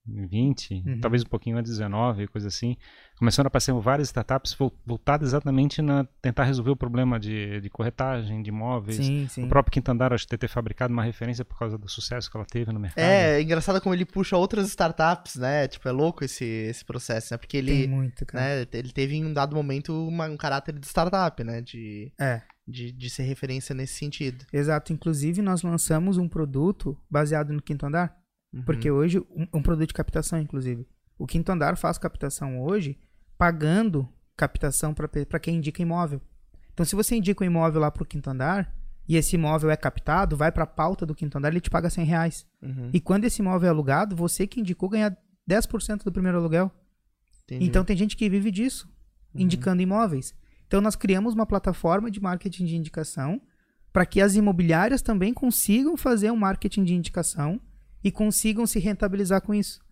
Speaker 2: vinte,
Speaker 3: Uhum.
Speaker 2: talvez um pouquinho antes de dezenove, coisa assim, começaram a aparecer várias startups vol- voltadas exatamente na tentar resolver o problema de, de corretagem de imóveis.
Speaker 3: Sim, sim.
Speaker 2: O próprio Quinto Andar acho que ter fabricado uma referência por causa do sucesso que ela teve no mercado.
Speaker 1: É, é engraçado como ele puxa outras startups, né? Tipo, é louco esse, esse processo, né? Porque ele,
Speaker 3: Tem muito, cara.
Speaker 1: né, ele teve em um dado momento uma- um caráter de startup, né? De,
Speaker 3: É,
Speaker 1: de, de ser referência nesse sentido.
Speaker 3: exato. Inclusive, nós lançamos um produto baseado no quinto andar.
Speaker 1: Uhum.
Speaker 3: Porque hoje, um, um produto de captação, inclusive. O quinto andar faz captação hoje, pagando captação para quem indica imóvel. Então, se você indica um imóvel lá para o quinto andar, e esse imóvel é captado, vai para a pauta do quinto andar, ele te paga cem reais.
Speaker 1: Uhum.
Speaker 3: E quando esse imóvel é alugado, você que indicou ganha dez por cento do primeiro aluguel.
Speaker 1: Entendi.
Speaker 3: Então, tem gente que vive disso, indicando imóveis. Então, nós criamos uma plataforma de marketing de indicação para que as imobiliárias também consigam fazer um marketing de indicação e consigam se rentabilizar com isso.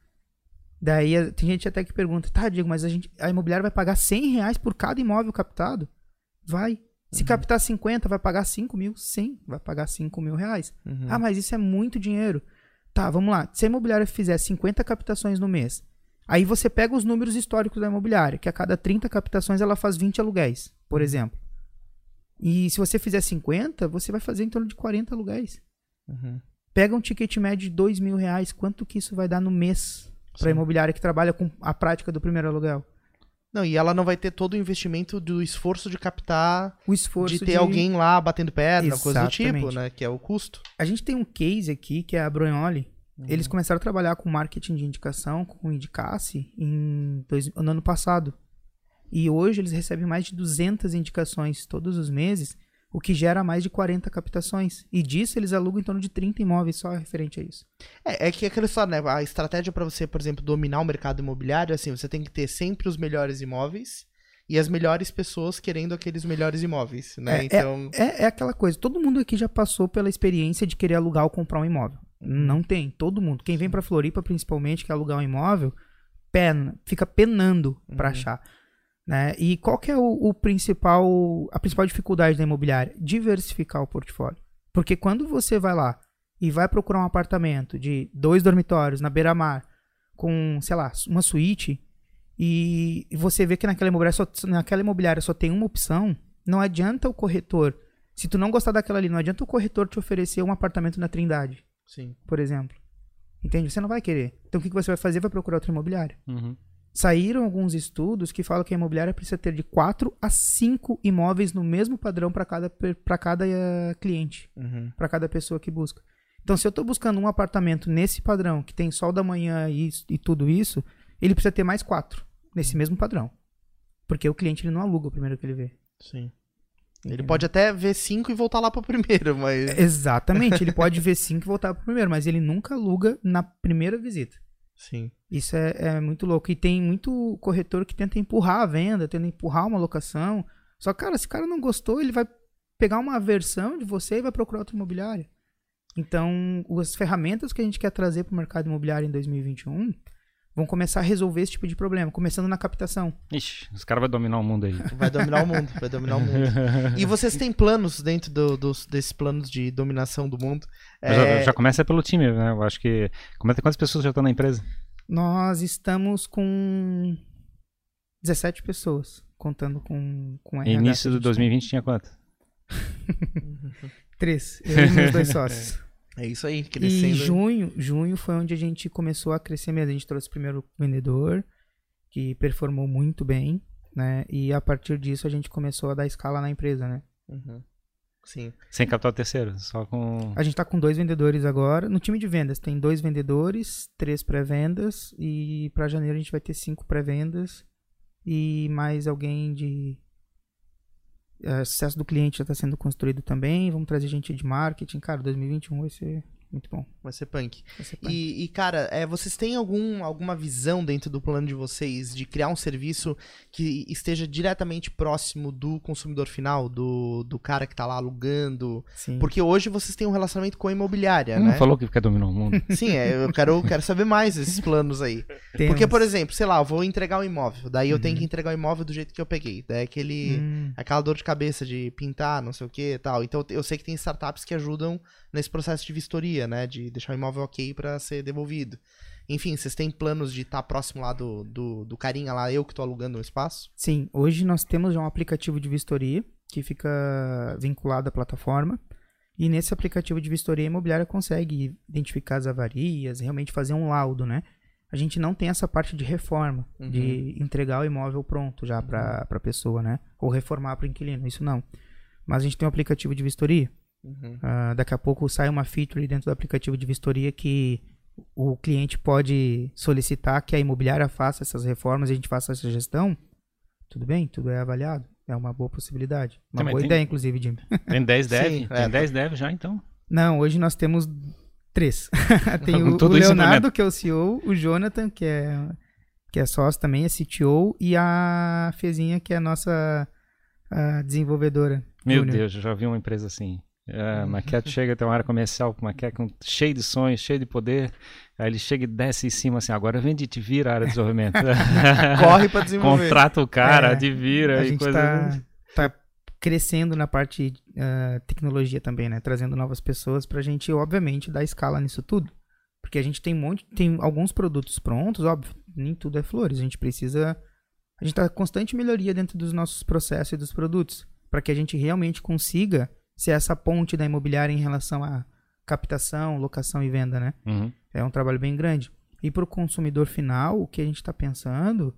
Speaker 3: Daí eh, tem gente até que pergunta, tá, Diego, mas a, gente, a imobiliária vai pagar cem reais por cada imóvel captado? Vai. Se captar cinquenta, vai pagar cinco mil? Sim, vai pagar cinco mil reais.
Speaker 1: Uhum.
Speaker 3: Ah, mas isso é muito dinheiro. Tá, vamos lá. Se a imobiliária fizer cinquenta captações no mês, aí você pega os números históricos da imobiliária, que a cada trinta captações ela faz vinte aluguéis, por exemplo. E se você fizer cinquenta, você vai fazer em torno de quarenta aluguéis.
Speaker 1: Uhum.
Speaker 3: Pega um ticket médio de dois mil reais, quanto que isso vai dar no mês para a
Speaker 1: Sim.
Speaker 3: imobiliária que trabalha com a prática do primeiro aluguel?
Speaker 1: Não, e ela não vai ter todo o investimento do esforço de captar,
Speaker 3: O esforço
Speaker 1: de ter alguém lá batendo perna, coisa do tipo,
Speaker 3: Exatamente.
Speaker 1: né? Que é o custo.
Speaker 3: A gente tem um case aqui, que é a Brognoli. Eles começaram a trabalhar com marketing de indicação, com o Indicasse, em dois, no ano passado. E hoje eles recebem mais de duzentas indicações todos os meses, o que gera mais de quarenta captações. E disso eles alugam em torno de trinta imóveis só referente a isso.
Speaker 1: É, é que aquela história, né? A estratégia para você, por exemplo, dominar o mercado imobiliário, assim, você tem que ter sempre os melhores imóveis e as melhores pessoas querendo aqueles melhores imóveis, né?
Speaker 3: É,
Speaker 1: Então,
Speaker 3: É, é aquela coisa, todo mundo aqui já passou pela experiência de querer alugar ou comprar um imóvel. Não tem. Todo mundo. Quem vem pra Floripa, principalmente, que alugar um imóvel, pena, fica penando pra
Speaker 1: Uhum.
Speaker 3: achar. Né? E qual que é o, o principal, a principal dificuldade da imobiliária? Diversificar o portfólio. Porque quando você vai lá e vai procurar um apartamento de dois dormitórios na beira-mar, com, sei lá, uma suíte, e você vê que naquela imobiliária, só, naquela imobiliária só tem uma opção, não adianta o corretor, se tu não gostar daquela ali, não adianta o corretor te oferecer um apartamento na Trindade,
Speaker 1: Sim.
Speaker 3: por exemplo. Entende? Você não vai querer. Então o que que você vai fazer? Vai procurar outra imobiliária.
Speaker 2: Uhum.
Speaker 3: Saíram alguns estudos que falam que a imobiliária precisa ter de quatro a cinco imóveis no mesmo padrão para cada, para cada uh, cliente,
Speaker 1: Uhum.
Speaker 3: para cada pessoa que busca. Então, se eu estou buscando um apartamento nesse padrão, que tem sol da manhã e, e tudo isso, ele precisa ter mais quatro nesse mesmo padrão. Porque o cliente ele não aluga o primeiro que ele vê.
Speaker 1: Sim. Ele
Speaker 3: Entendeu?
Speaker 1: pode até ver cinco e voltar lá pro primeiro, mas...
Speaker 3: Exatamente, ele pode ver cinco e voltar pro primeiro, mas ele nunca aluga na primeira visita.
Speaker 1: Sim.
Speaker 3: Isso é, é muito louco. E tem muito corretor que tenta empurrar a venda, tenta empurrar uma locação. Só que, cara, se o cara não gostou, ele vai pegar uma versão de você e vai procurar outra imobiliária. Então, as ferramentas que a gente quer trazer para o mercado imobiliário em dois mil e vinte e um vão começar a resolver esse tipo de problema, começando na captação.
Speaker 2: Ixi, os caras vão dominar o mundo aí.
Speaker 1: Vai dominar o mundo, vai dominar o mundo. E vocês têm planos dentro do, dos, desses planos de dominação do mundo?
Speaker 2: Mas Já,
Speaker 1: É,
Speaker 2: já começa pelo time, né? Eu acho que... Como é, quantas pessoas já estão na empresa?
Speaker 3: Nós estamos com dezessete pessoas, contando com, com a R H.
Speaker 2: Início de dois mil e vinte tinha quanto?
Speaker 3: Três, eu e meus dois sócios.
Speaker 1: É isso aí,
Speaker 3: E
Speaker 1: crescendo.
Speaker 3: junho, junho foi onde a gente começou a crescer mesmo. A gente trouxe o primeiro vendedor, que performou muito bem, né? E a partir disso a gente começou a dar escala na empresa, né?
Speaker 1: Uhum. Sim.
Speaker 2: Sem capital terceiro, só com...
Speaker 3: A gente tá com dois vendedores agora. No time de vendas tem dois vendedores, três pré-vendas. E para janeiro a gente vai ter cinco pré-vendas. E mais alguém de... Uh, sucesso do cliente já está sendo construído também. Vamos trazer gente de marketing. Cara, dois mil e vinte e um vai ser muito bom.
Speaker 1: Vai ser punk.
Speaker 3: Vai ser punk.
Speaker 1: E, e, cara, é, vocês têm algum, alguma visão dentro do plano de vocês de criar um serviço que esteja diretamente próximo do consumidor final, do, do cara que tá lá alugando?
Speaker 3: Sim.
Speaker 1: Porque hoje vocês têm um relacionamento com a imobiliária,
Speaker 2: Não
Speaker 1: né?
Speaker 2: falou que quer dominar o mundo.
Speaker 1: Sim, é, eu quero, quero saber mais desses planos aí.
Speaker 3: Temos.
Speaker 1: Porque, por exemplo, sei lá, eu vou entregar um imóvel, daí eu
Speaker 3: Uhum.
Speaker 1: tenho que entregar o imóvel do jeito que eu peguei. Daí é aquele...
Speaker 3: Hum,
Speaker 1: aquela dor de cabeça de pintar, não sei o que e tal. Então eu sei que tem startups que ajudam nesse processo de vistoria, né? De deixar o imóvel ok pra ser devolvido. Enfim, vocês têm planos de estar próximo lá do, do, do carinha lá, eu que tô alugando um espaço?
Speaker 3: sim, hoje nós temos já um aplicativo de vistoria que fica vinculado à plataforma. E nesse aplicativo de vistoria, a imobiliária consegue identificar as avarias, realmente fazer um laudo, né? A gente não tem essa parte de reforma,
Speaker 1: Uhum.
Speaker 3: de entregar o imóvel pronto já para a pessoa, né? Ou reformar para o inquilino, isso não. Mas a gente tem um aplicativo de vistoria.
Speaker 1: Uhum.
Speaker 3: Ah, daqui a pouco sai uma feature dentro do aplicativo de vistoria que o cliente pode solicitar que a imobiliária faça essas reformas e a gente faça essa gestão. Tudo bem, tudo é avaliado. É uma boa possibilidade. Uma
Speaker 2: Também
Speaker 3: boa
Speaker 2: tem-
Speaker 3: ideia, inclusive, Jimmy.
Speaker 2: Tem dez dev?
Speaker 1: Sim,
Speaker 2: Tem
Speaker 1: é,
Speaker 2: dez dev já, então?
Speaker 3: Não, hoje nós temos três. Tem
Speaker 2: Com
Speaker 3: o, o
Speaker 2: tudo isso
Speaker 3: Leonardo,
Speaker 2: implementa.
Speaker 3: que é o C E O, o Jonathan, que é, que é sócio também, é C T O, e a Fezinha, que é a nossa a desenvolvedora.
Speaker 2: Meu
Speaker 3: júnior.
Speaker 2: Deus, eu já vi uma empresa assim. A maquete chega, tem uma área comercial com maquete com, cheio de sonhos, cheio de poder. Aí ele chega e desce em cima assim, agora vem de te vira a área de desenvolvimento.
Speaker 1: Corre pra desenvolver.
Speaker 2: Contrata o cara,
Speaker 3: É,
Speaker 2: de vira
Speaker 3: A
Speaker 2: e
Speaker 3: gente
Speaker 2: coisa.
Speaker 3: tá, tá crescendo na parte ah, tecnologia também, né? Trazendo novas pessoas pra gente, obviamente, dar escala nisso tudo. Porque a gente tem um monte, tem alguns produtos prontos, óbvio, nem tudo é flores. A gente precisa... A gente tá em constante melhoria dentro dos nossos processos e dos produtos. Para que a gente realmente consiga ser essa ponte da imobiliária em relação à captação, locação e venda, né?
Speaker 2: Uhum.
Speaker 3: É um trabalho bem grande. E para o consumidor final, o que a gente está pensando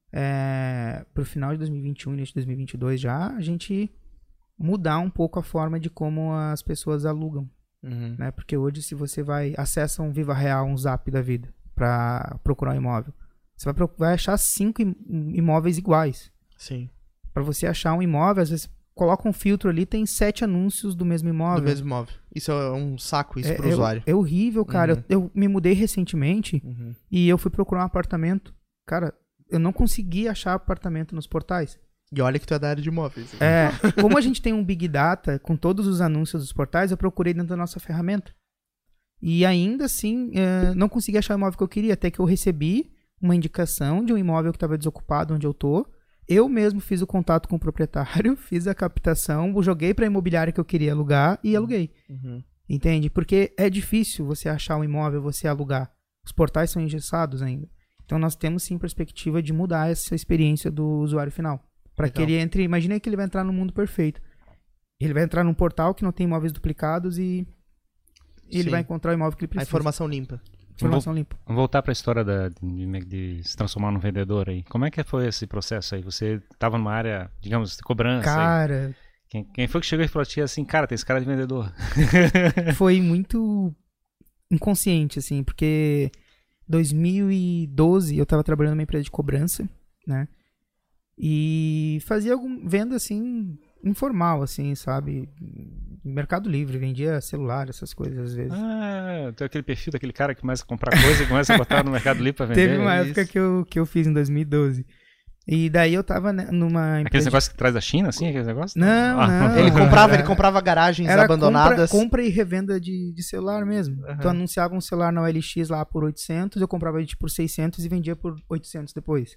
Speaker 3: é, para o final de dois mil e vinte e um, início de dois mil e vinte e dois já, a gente mudar um pouco a forma de como as pessoas alugam,
Speaker 1: Uhum.
Speaker 3: né? Porque hoje, se você vai, acessa um Viva Real, um Zap da vida, para procurar um imóvel, você vai, pro- vai achar cinco im- imóveis iguais.
Speaker 1: Sim.
Speaker 3: Para você achar um imóvel, às vezes coloca um filtro ali, tem sete anúncios do mesmo imóvel.
Speaker 1: Do mesmo imóvel. Isso é um saco, isso
Speaker 3: é,
Speaker 1: pro
Speaker 3: é-
Speaker 1: usuário.
Speaker 3: é horrível, cara.
Speaker 1: Uhum.
Speaker 3: Eu, eu me mudei recentemente
Speaker 1: Uhum.
Speaker 3: e eu fui procurar um apartamento. Cara, eu não consegui achar apartamento nos portais.
Speaker 1: E olha que tu é da área de imóveis.
Speaker 3: É, como a gente tem um Big Data com todos os anúncios dos portais, eu procurei dentro da nossa ferramenta. E ainda assim, uh, não consegui achar o imóvel que eu queria, até que eu recebi uma indicação de um imóvel que estava desocupado onde eu tô. Eu mesmo fiz o contato com o proprietário, fiz a captação, joguei para a imobiliária que eu queria alugar e aluguei.
Speaker 1: Uhum.
Speaker 3: Entende? Porque é difícil você achar um imóvel, você alugar. Os portais são engessados ainda. Então nós temos sim perspectiva de mudar essa experiência do usuário final. Para que ele entre, imagina que ele vai entrar no mundo perfeito. Ele vai entrar num portal que não tem imóveis duplicados e ele sim. vai encontrar o imóvel que ele precisa.
Speaker 1: A informação limpa.
Speaker 3: Informação limpa.
Speaker 2: Vamos voltar para a história da, de, de se transformar num vendedor aí. Como é que foi esse processo aí? Você estava numa área, digamos, de cobrança.
Speaker 3: Cara...
Speaker 2: Aí. Quem, quem foi que chegou e falou assim, cara, tem esse cara de vendedor?
Speaker 3: Foi muito inconsciente, assim, porque dois mil e doze eu estava trabalhando numa empresa de cobrança, né? E fazia algum venda, assim, informal, assim, sabe? Mercado Livre, vendia celular, essas coisas às vezes.
Speaker 2: Ah, tem aquele perfil daquele cara que começa a comprar coisa e começa a botar no Mercado Livre pra vender.
Speaker 3: Teve uma época que eu, que eu fiz em dois mil e doze. E daí eu tava numa...
Speaker 2: Aqueles negócios que traz da China, assim? Aqueles negócios?
Speaker 3: Não,
Speaker 2: ah,
Speaker 3: não.
Speaker 1: Ele comprava, ele comprava garagens
Speaker 3: era
Speaker 1: abandonadas.
Speaker 3: Compra, compra e revenda de, de celular mesmo. Uhum. Então anunciava um celular na O L X lá por oitocentos, eu comprava ele por seiscentos e vendia por oitocentos depois.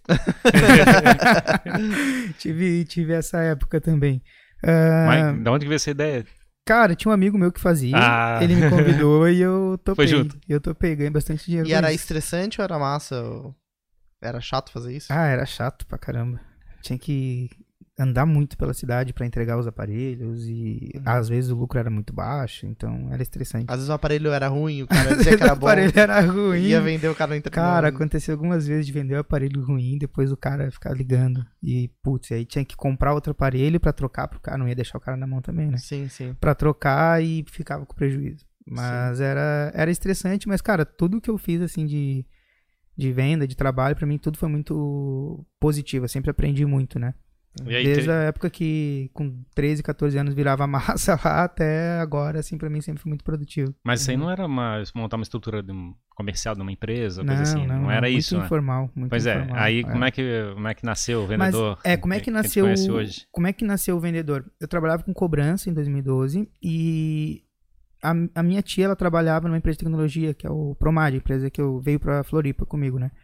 Speaker 3: tive, tive essa época também. Uh...
Speaker 2: Mas de onde que veio essa ideia?
Speaker 3: Cara, tinha um amigo meu que fazia, ah. ele me convidou e eu topei.
Speaker 2: Foi junto.
Speaker 3: Eu topei, ganhei bastante dinheiro.
Speaker 1: E era
Speaker 3: isso.
Speaker 1: estressante ou era massa? Ou... Era chato fazer isso?
Speaker 3: Ah, era chato pra caramba. Tinha que andar muito pela cidade pra entregar os aparelhos e uhum. às vezes o lucro era muito baixo, então era estressante.
Speaker 1: Às vezes o aparelho era ruim, o cara dizia que era bom.
Speaker 3: O aparelho era ruim.
Speaker 1: Ia vender, o cara não entregou.
Speaker 3: Cara, aconteceu algumas vezes de vender o aparelho ruim, depois o cara ficar ligando e, putz, aí tinha que comprar outro aparelho pra trocar pro cara, não ia deixar o cara na mão também, né?
Speaker 1: Sim, sim.
Speaker 3: Pra trocar e ficava com prejuízo. Mas era, era estressante, mas, cara, tudo que eu fiz, assim, de, de venda, de trabalho, pra mim, tudo foi muito positivo. Eu sempre aprendi muito, né? Aí, desde te... a época que com treze, quatorze anos virava massa lá até agora, assim, pra mim sempre foi muito produtivo.
Speaker 2: Mas isso aí não era uma, montar uma estrutura de um comercial de uma empresa,
Speaker 3: não,
Speaker 2: coisa assim, não, não era
Speaker 3: muito
Speaker 2: isso,
Speaker 3: muito informal,
Speaker 2: né?
Speaker 3: muito
Speaker 2: pois
Speaker 3: informal.
Speaker 2: é, aí
Speaker 3: é.
Speaker 2: como é que como é que nasceu o vendedor?
Speaker 3: Mas, é, como é que, que nasceu hoje? Como é que nasceu o vendedor? Eu trabalhava com cobrança em dois mil e doze e a, a minha tia, ela trabalhava numa empresa de tecnologia, que é o Promad, empresa que eu veio pra Floripa comigo, né?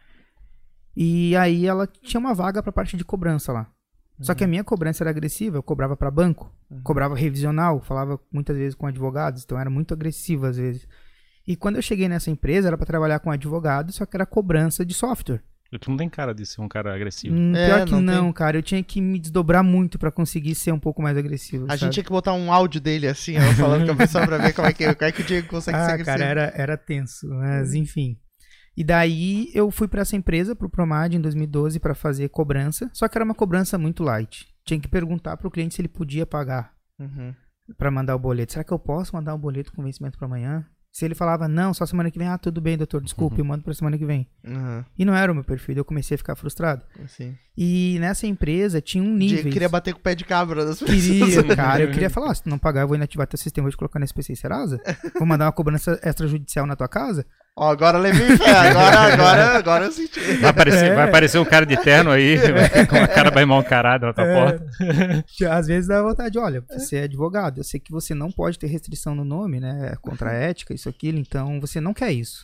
Speaker 3: E aí ela tinha uma vaga pra parte de cobrança lá. Só que a minha cobrança era agressiva, eu cobrava para banco, uhum. cobrava revisional, falava muitas vezes com advogados, então era muito agressivo às vezes. E quando eu cheguei nessa empresa, era para trabalhar com advogado, só que era cobrança de software.
Speaker 2: Tu não tem cara de ser um cara agressivo.
Speaker 3: Hum,
Speaker 1: é,
Speaker 3: pior que
Speaker 1: não,
Speaker 3: não
Speaker 1: tem...
Speaker 3: cara, eu tinha que me desdobrar muito para conseguir ser um pouco mais agressivo.
Speaker 1: A
Speaker 3: sabe?
Speaker 1: gente tinha que botar um áudio dele assim, ó, falando com a pessoa pra ver como é que, como é que o Diego consegue
Speaker 3: ah,
Speaker 1: ser agressivo.
Speaker 3: Cara, era, era tenso, mas enfim... E daí eu fui para essa empresa, pro Promad, em dois mil e doze, para fazer cobrança. Só que era uma cobrança muito light. Tinha que perguntar pro cliente se ele podia pagar
Speaker 1: uhum.
Speaker 3: para mandar o boleto. Será que eu posso mandar um boleto com vencimento para amanhã? Se ele falava, não, só semana que vem. Ah, tudo bem, doutor, desculpe, uhum. eu mando pra semana que vem.
Speaker 1: Uhum.
Speaker 3: E não era o meu perfil, eu comecei a ficar frustrado.
Speaker 1: Sim.
Speaker 3: E nessa empresa tinha um nível.
Speaker 1: Eu queria bater com o pé de cabra das pessoas.
Speaker 3: Queria, cara. Eu queria falar, se tu não pagar, eu vou inativar teu sistema, vou te colocar no S P C Serasa. Vou mandar uma cobrança extrajudicial na tua casa.
Speaker 1: Ó, agora levei fé, agora, agora, agora eu senti.
Speaker 2: Vai aparecer, é. vai aparecer um cara de terno aí, é. com a cara bem mal encarada na tua é. porta.
Speaker 3: Às vezes dá vontade, olha, você é advogado, eu sei que você não pode ter restrição no nome, né, contra a ética, isso, aquilo, então você não quer isso.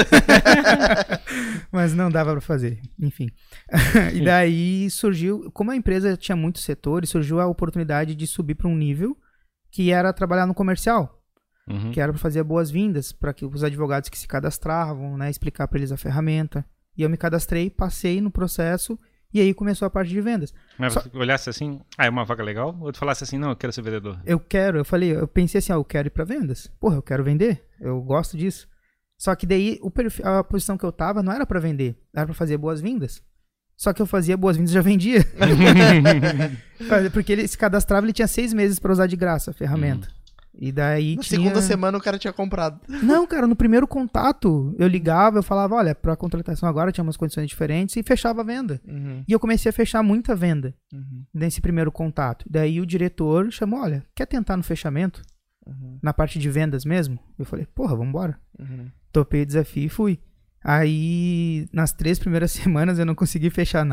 Speaker 3: Mas não dava pra fazer, enfim. E daí surgiu, como a empresa tinha muitos setores, surgiu a oportunidade de subir para um nível que era trabalhar no comercial. Uhum. Que era para fazer boas-vindas para que os advogados que se cadastravam, né, explicar para eles a ferramenta. E eu me cadastrei, passei no processo e aí começou a parte de vendas.
Speaker 2: Mas
Speaker 3: Só...
Speaker 2: você olhasse assim, ah, é uma vaga legal? Ou tu falasse assim, não, eu quero ser vendedor?
Speaker 3: Eu quero, eu falei, eu pensei assim, ah, eu quero ir para vendas. Porra, eu quero vender, eu gosto disso. Só que daí o perfil, a posição que eu tava não era para vender, era para fazer boas-vindas. Só que eu fazia boas-vindas e já vendia. Porque ele se cadastrava, ele tinha seis meses para usar de graça a ferramenta. Uhum. E daí
Speaker 1: Na
Speaker 3: tinha...
Speaker 1: segunda semana o cara tinha comprado.
Speaker 3: Não, cara, no primeiro contato eu ligava, eu falava, olha, pra contratação agora tinha umas condições diferentes e fechava a venda. Uhum. E eu comecei a fechar muita venda uhum. nesse primeiro contato. Daí o diretor chamou, olha, quer tentar no fechamento? Uhum. Na parte de vendas mesmo? Eu falei, porra, vambora. Uhum. Topei o desafio e fui. Aí, nas três primeiras semanas eu não consegui fechar nada.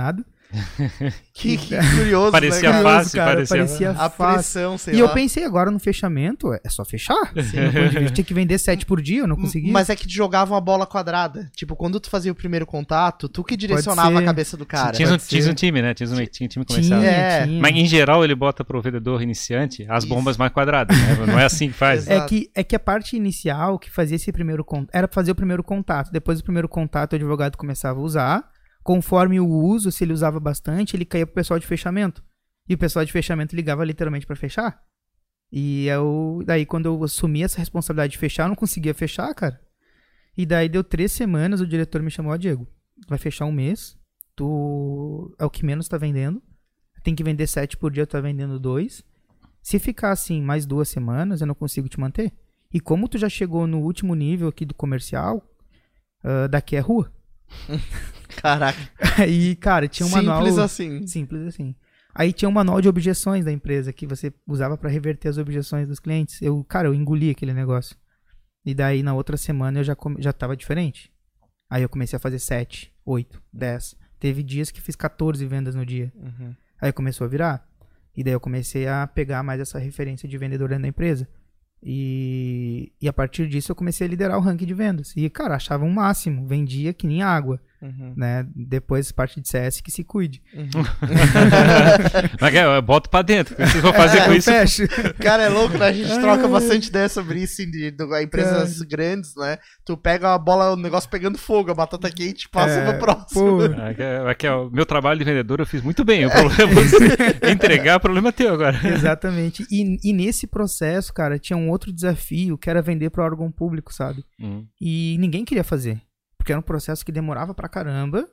Speaker 1: Que, que curioso,
Speaker 2: Parecia
Speaker 1: né?
Speaker 2: fácil,
Speaker 3: cara,
Speaker 2: parecia,
Speaker 3: parecia
Speaker 1: A
Speaker 3: fácil.
Speaker 1: pressão, sei
Speaker 3: E
Speaker 1: lá.
Speaker 3: eu pensei, agora no fechamento, é só fechar. Sim, no ponto de vista. Tinha que vender sete por dia, eu não conseguia.
Speaker 1: Mas é que te jogavam a bola quadrada. Tipo, quando tu fazia o primeiro contato, tu que direcionava
Speaker 3: ser.
Speaker 1: a cabeça do cara.
Speaker 2: Tinha, um,
Speaker 3: pode
Speaker 2: tinha
Speaker 3: ser.
Speaker 2: um time, né? Tinha um, tinha um time comercial.
Speaker 3: tinha,
Speaker 1: É,
Speaker 3: tinha.
Speaker 2: Mas em geral ele bota pro vendedor iniciante as
Speaker 1: Isso.
Speaker 2: bombas mais quadradas, né? Não é assim que faz.
Speaker 1: Exato.
Speaker 3: É que, é que a parte inicial que fazia esse primeiro contato, era fazer o primeiro contato. Depois do primeiro contato, o advogado começava a usar. Conforme o uso, se ele usava bastante, ele caía pro pessoal de fechamento. E o pessoal de fechamento ligava literalmente pra fechar. E eu, daí quando eu assumi essa responsabilidade de fechar, eu não conseguia fechar, cara. E daí deu três semanas, o diretor me chamou, ó, Diego, tu vai fechar um mês, tu é o que menos tá vendendo, tem que vender sete por dia, tu tá vendendo dois. Se ficar assim mais duas semanas, eu não consigo te manter. E como tu já chegou no último nível aqui do comercial, uh, daqui é rua.
Speaker 1: Caraca.
Speaker 3: Aí, cara, tinha um manual...
Speaker 1: Simples assim.
Speaker 3: Simples assim. Aí tinha um manual de objeções da empresa que você usava pra reverter as objeções dos clientes. Eu, cara, eu engoli aquele negócio. E daí, na outra semana, eu já, come... já tava diferente. Aí eu comecei a fazer sete, oito, dez. Teve dias que fiz quatorze vendas no dia.
Speaker 1: Uhum.
Speaker 3: Aí começou a virar. E daí eu comecei a pegar mais essa referência de vendedor dentro da empresa. E, e a partir disso eu comecei a liderar o ranking de vendas. E, cara, achava um máximo. Vendia que nem água.
Speaker 1: Uhum.
Speaker 3: Né? Depois, parte de C S, que se cuide.
Speaker 1: Uhum.
Speaker 2: Mas é, eu boto pra dentro. O que vocês vão fazer
Speaker 3: É,
Speaker 2: com
Speaker 3: eu
Speaker 2: isso?
Speaker 3: fecho.
Speaker 1: Cara, é louco, né? A gente
Speaker 3: Ai,
Speaker 1: troca
Speaker 3: ai.
Speaker 1: bastante ideia sobre isso em de, de, empresas grandes, né? Tu pega a bola, o negócio pegando fogo, a batata quente, passa
Speaker 3: É,
Speaker 1: no próximo.
Speaker 3: pô.
Speaker 2: É que, é que é o meu trabalho de vendedor eu fiz muito bem. O problema é você entregar, o problema é teu agora.
Speaker 3: Exatamente. E, e nesse processo, cara, tinha um outro desafio que era vender para órgão público, sabe?
Speaker 2: Hum.
Speaker 3: E ninguém queria fazer. Porque era um processo que demorava pra caramba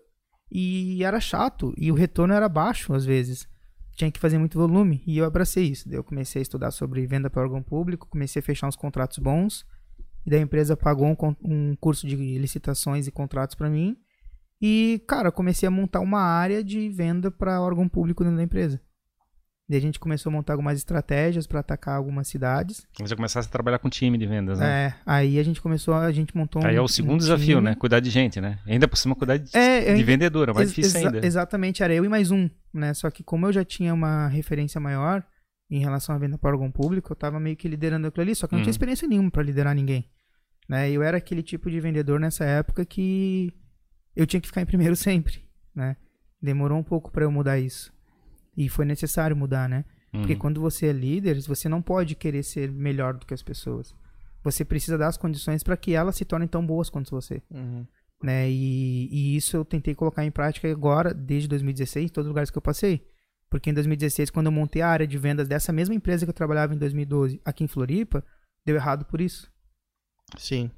Speaker 3: e era chato. E o retorno era baixo, às vezes. Tinha que fazer muito volume. E eu abracei isso. Daí eu comecei a estudar sobre venda para órgão público, comecei a fechar uns contratos bons. E daí a empresa pagou um, con- um curso de licitações e contratos pra mim. E, cara, comecei a montar uma área de venda para órgão público dentro da empresa. Daí a gente começou a montar algumas estratégias para atacar algumas cidades.
Speaker 2: Você começasse a trabalhar com time de vendas, né?
Speaker 3: É, aí a gente começou, a gente montou um
Speaker 2: Aí é o segundo
Speaker 3: um
Speaker 2: desafio,
Speaker 3: time.
Speaker 2: né? Cuidar de gente, né? Ainda por cima, cuidar de,
Speaker 3: É, eu
Speaker 2: de
Speaker 3: ainda-
Speaker 2: vendedora, mais
Speaker 3: Ex-
Speaker 2: difícil
Speaker 3: exa-
Speaker 2: ainda.
Speaker 3: Exatamente, era eu e mais um, né? Só que como eu já tinha uma referência maior em relação à venda para órgão público, eu tava meio que liderando aquilo ali, só que eu não tinha
Speaker 2: Uhum.
Speaker 3: experiência nenhuma para liderar ninguém. Né? Eu era aquele tipo de vendedor nessa época que eu tinha que ficar em primeiro sempre, né? Demorou um pouco para eu mudar isso. E foi necessário mudar, né? Porque
Speaker 2: Uhum.
Speaker 3: quando você é líder, você não pode querer ser melhor do que as pessoas. Você precisa dar as condições para que elas se tornem tão boas quanto você.
Speaker 1: Uhum.
Speaker 3: Né? E, e isso eu tentei colocar em prática agora, desde dois mil e dezesseis, em todos os lugares que eu passei. Porque em dois mil e dezesseis, quando eu montei a área de vendas dessa mesma empresa que eu trabalhava em dois mil e doze, aqui em Floripa, deu errado por isso.
Speaker 1: Sim.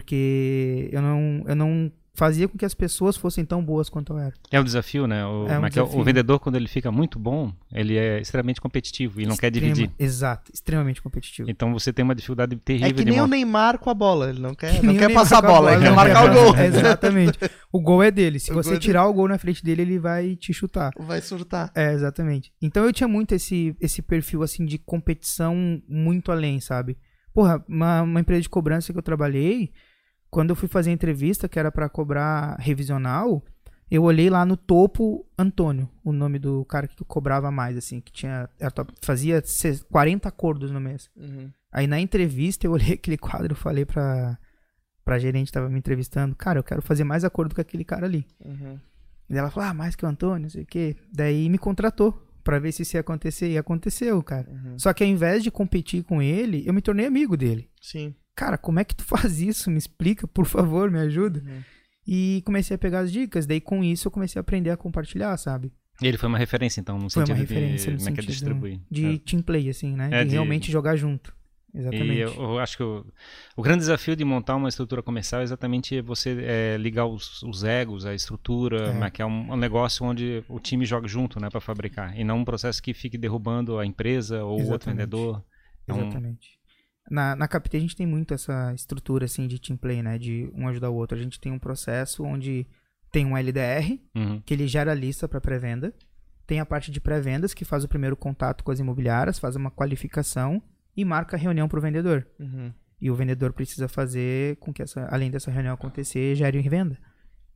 Speaker 3: Porque eu não, eu não fazia com que as pessoas fossem tão boas quanto eu era.
Speaker 2: É um desafio, né? O,
Speaker 3: É um
Speaker 2: mas que é o-
Speaker 3: desafio.
Speaker 2: o vendedor, quando ele fica muito bom, ele é extremamente competitivo e não quer
Speaker 3: Extrema-
Speaker 2: dividir.
Speaker 3: Exato, extremamente competitivo.
Speaker 2: Então você tem uma dificuldade terrível
Speaker 1: É que
Speaker 2: de
Speaker 1: nem o
Speaker 2: mon-
Speaker 1: Neymar com a bola. Ele não quer,
Speaker 3: Que
Speaker 1: não
Speaker 3: nem
Speaker 1: quer
Speaker 3: o
Speaker 1: passar a
Speaker 3: Neymar com
Speaker 1: bola, ele quer
Speaker 3: não
Speaker 1: marcar o
Speaker 3: quer
Speaker 1: gol.
Speaker 3: passar. Exatamente. O gol é dele. Se
Speaker 1: O
Speaker 3: você
Speaker 1: gol é
Speaker 3: tirar o gol na frente dele, ele vai te chutar.
Speaker 1: Vai surtar.
Speaker 3: É, exatamente. Então eu tinha muito esse, esse perfil, assim, de competição muito além, sabe? Porra, uma, uma empresa de cobrança que eu trabalhei, quando eu fui fazer a entrevista, que era pra cobrar revisional, eu olhei lá no topo Antônio, o nome do cara que cobrava mais, assim, que tinha, era top- fazia se- quarenta acordos no mês.
Speaker 1: Uhum.
Speaker 3: Aí na entrevista eu olhei aquele quadro e falei pra, pra gerente que tava me entrevistando, cara, eu quero fazer mais acordo que aquele cara ali.
Speaker 1: Uhum.
Speaker 3: E ela falou, ah, mais que o Antônio, não sei o quê. Daí me contratou pra ver se isso ia acontecer. E aconteceu, cara.
Speaker 1: Uhum.
Speaker 3: Só que ao invés de competir com ele, eu me tornei amigo dele.
Speaker 1: Sim.
Speaker 3: Cara, como é que tu faz isso? Me explica, por favor, me ajuda.
Speaker 1: Uhum.
Speaker 3: E comecei a pegar as dicas. Daí com isso eu comecei a aprender a compartilhar, sabe?
Speaker 2: E ele foi uma referência, então, no
Speaker 3: Foi uma
Speaker 2: sentido
Speaker 3: referência
Speaker 2: de
Speaker 3: no
Speaker 2: como é que é
Speaker 3: sentido
Speaker 2: distribuir.
Speaker 3: de team play, assim, né?
Speaker 2: É,
Speaker 3: de
Speaker 2: de-
Speaker 3: realmente jogar junto. Exatamente.
Speaker 2: E eu, eu acho que o, o grande desafio de montar uma estrutura comercial é exatamente você é, ligar os, os egos, a estrutura,
Speaker 3: É.
Speaker 2: mas que é um, um negócio onde o time joga junto, né, para fabricar, e não um processo que fique derrubando a empresa ou o outro
Speaker 3: Exatamente.
Speaker 2: vendedor. Então,
Speaker 3: Exatamente. Na, na Capitê a gente tem muito essa estrutura, assim, de team play, né? De um ajudar o outro. A gente tem um processo onde tem um L D R,
Speaker 2: uhum,
Speaker 3: que ele gera a lista para pré-venda. Tem a parte de pré-vendas, que faz o primeiro contato com as imobiliárias, faz uma qualificação e marca a reunião para o vendedor.
Speaker 1: Uhum.
Speaker 3: E o vendedor precisa fazer com que, essa, além dessa reunião acontecer, gere venda.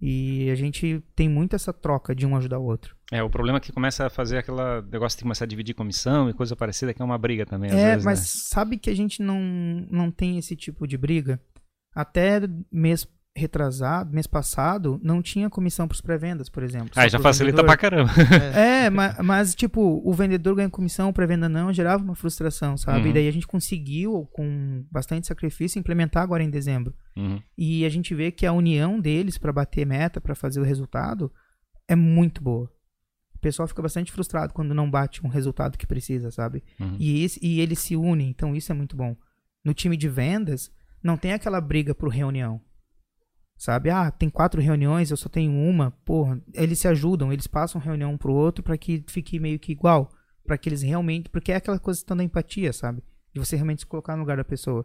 Speaker 3: E a gente tem muito essa troca de um ajudar o outro.
Speaker 2: É, o problema é que começa a fazer aquele negócio de começar a dividir comissão e coisa parecida, que é uma briga também, às
Speaker 3: É,
Speaker 2: vezes,
Speaker 3: mas
Speaker 2: né?
Speaker 3: sabe que a gente não, não tem esse tipo de briga? Até mês retrasado, mês passado, não tinha comissão para os pré-vendas, por exemplo.
Speaker 2: Ah, já facilita pra caramba.
Speaker 3: É, mas, mas tipo, o vendedor ganha comissão, o pré-venda não, gerava uma frustração, sabe?
Speaker 2: Uhum.
Speaker 3: E daí a gente conseguiu, com bastante sacrifício, implementar agora em dezembro.
Speaker 2: Uhum.
Speaker 3: E a gente vê que a união deles para bater meta, para fazer o resultado, é muito boa. O pessoal fica bastante frustrado quando não bate um resultado que precisa, sabe?
Speaker 2: Uhum.
Speaker 3: E, esse, e eles se unem, então isso é muito bom. No time de vendas, não tem aquela briga por reunião. Sabe? Ah, tem quatro reuniões, eu só tenho uma. Porra, eles se ajudam, eles passam reunião um pro outro para que fique meio que igual. Para que eles realmente... Porque é aquela coisa da empatia, sabe? De você realmente se colocar no lugar da pessoa.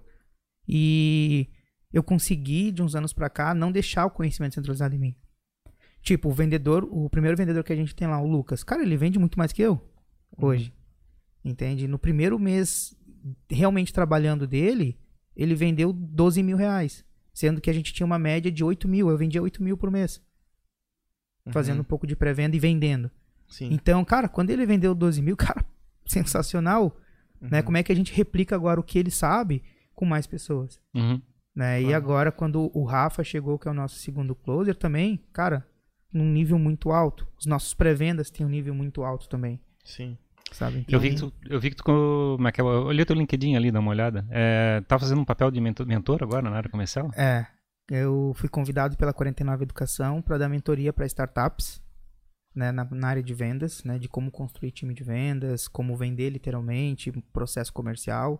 Speaker 3: E eu consegui, de uns anos pra cá, não deixar o conhecimento centralizado em mim. Tipo, o vendedor, o primeiro vendedor que a gente tem lá, o Lucas, cara, ele vende muito mais que eu hoje. Uhum. Entende? No primeiro mês realmente trabalhando dele, ele vendeu doze mil reais. Sendo que a gente tinha uma média de oito mil. Eu vendia oito mil por mês. Uhum. Fazendo um pouco de pré-venda e vendendo.
Speaker 1: Sim.
Speaker 3: Então, cara, quando ele vendeu doze mil, cara, sensacional. Uhum. Né? Como é que a gente replica agora o que ele sabe com mais pessoas?
Speaker 2: Uhum.
Speaker 3: Né?
Speaker 1: Claro.
Speaker 3: E agora, quando o Rafa chegou, que é o nosso segundo closer também, cara, num nível muito alto. Os nossos pré-vendas têm um nível muito alto também.
Speaker 1: Sim.
Speaker 3: Sabe?
Speaker 2: Eu vi que tu, eu vi que tu como é que é, eu olhei teu LinkedIn ali, dá uma olhada. É, tá fazendo um papel de mentor, mentor agora na área comercial?
Speaker 3: É. Eu fui convidado pela quarenta e nove Educação para dar mentoria para startups, né, na, na área de vendas, né, de como construir time de vendas, como vender literalmente, processo comercial.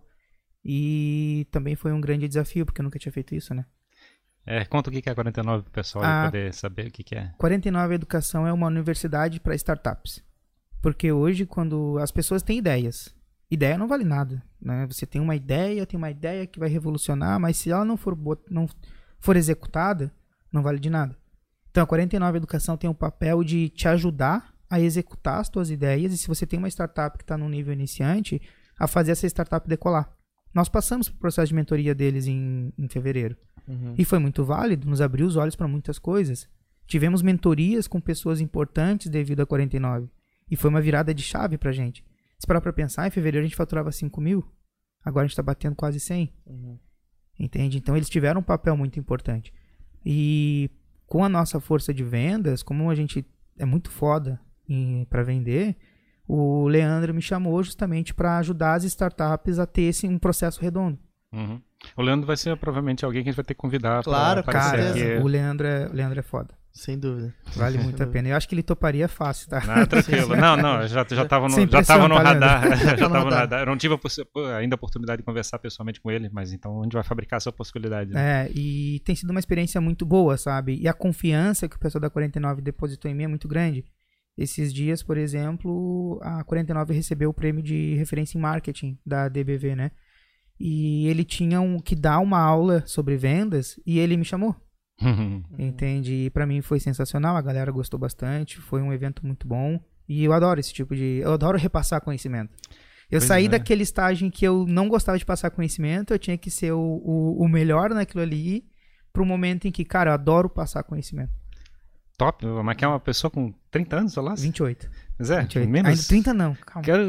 Speaker 3: E também foi um grande desafio, porque eu nunca tinha feito isso, né?
Speaker 2: É, conta o que é a quarenta e nove pro pessoal
Speaker 3: A
Speaker 2: poder saber o que, que é.
Speaker 3: quarenta e nove Educação é uma universidade para startups. Porque hoje, quando as pessoas têm ideias, ideia não vale nada, né? Você tem uma ideia, tem uma ideia que vai revolucionar, mas se ela não for, não for executada, não vale de nada. Então, a quarenta e nove Educação tem o papel de te ajudar a executar as tuas ideias, e se você tem uma startup que está num nível iniciante, a fazer essa startup decolar. Nós passamos pelo processo de mentoria deles em, em fevereiro. Uhum. E foi muito válido, nos abriu os olhos para muitas coisas. Tivemos mentorias com pessoas importantes devido a quarenta e nove. E foi uma virada de chave pra gente. Se parar pra pensar, em fevereiro a gente faturava cinco mil. Agora a gente tá batendo quase cem. Uhum. Entende? Então eles tiveram um papel muito importante. E com a nossa força de vendas, como a gente é muito foda em, pra vender, o Leandro me chamou justamente para ajudar as startups a ter esse, um processo redondo.
Speaker 2: Uhum. O Leandro vai ser provavelmente alguém que a gente vai ter que convidar.
Speaker 1: Claro,
Speaker 2: pra
Speaker 3: cara,
Speaker 2: aqui.
Speaker 3: o Leandro, é, o Leandro é foda.
Speaker 1: Sem dúvida.
Speaker 3: Vale muito a pena. Eu acho que ele toparia fácil, tá?
Speaker 2: Não, tranquilo. Não, não, já, já tava no, já tava no radar. Já tava no radar. Eu não tive a, ainda a oportunidade de conversar pessoalmente com ele, mas então a gente vai fabricar essa possibilidade. Né?
Speaker 3: É, e tem sido uma experiência muito boa, sabe? E a confiança que o pessoal da quarenta e nove depositou em mim é muito grande. Esses dias, por exemplo, a quarenta e nove recebeu o prêmio de referência em marketing da D B V, né? E ele tinha um, que dar uma aula sobre vendas e ele me chamou. Entende? E pra mim foi sensacional, a galera gostou bastante, foi um evento muito bom e eu adoro esse tipo de... eu adoro repassar conhecimento. Eu pois saí é. daquele estágio em que eu não gostava de passar conhecimento, eu tinha que ser o, o, o melhor naquilo ali, pro momento em que, cara, eu adoro passar conhecimento.
Speaker 2: Top, mas que é uma pessoa com trinta anos, sei lá?
Speaker 3: vinte e oito.
Speaker 2: Mas é,
Speaker 3: vinte e oito.
Speaker 2: menos...
Speaker 3: Ainda trinta não, calma.
Speaker 2: Quero...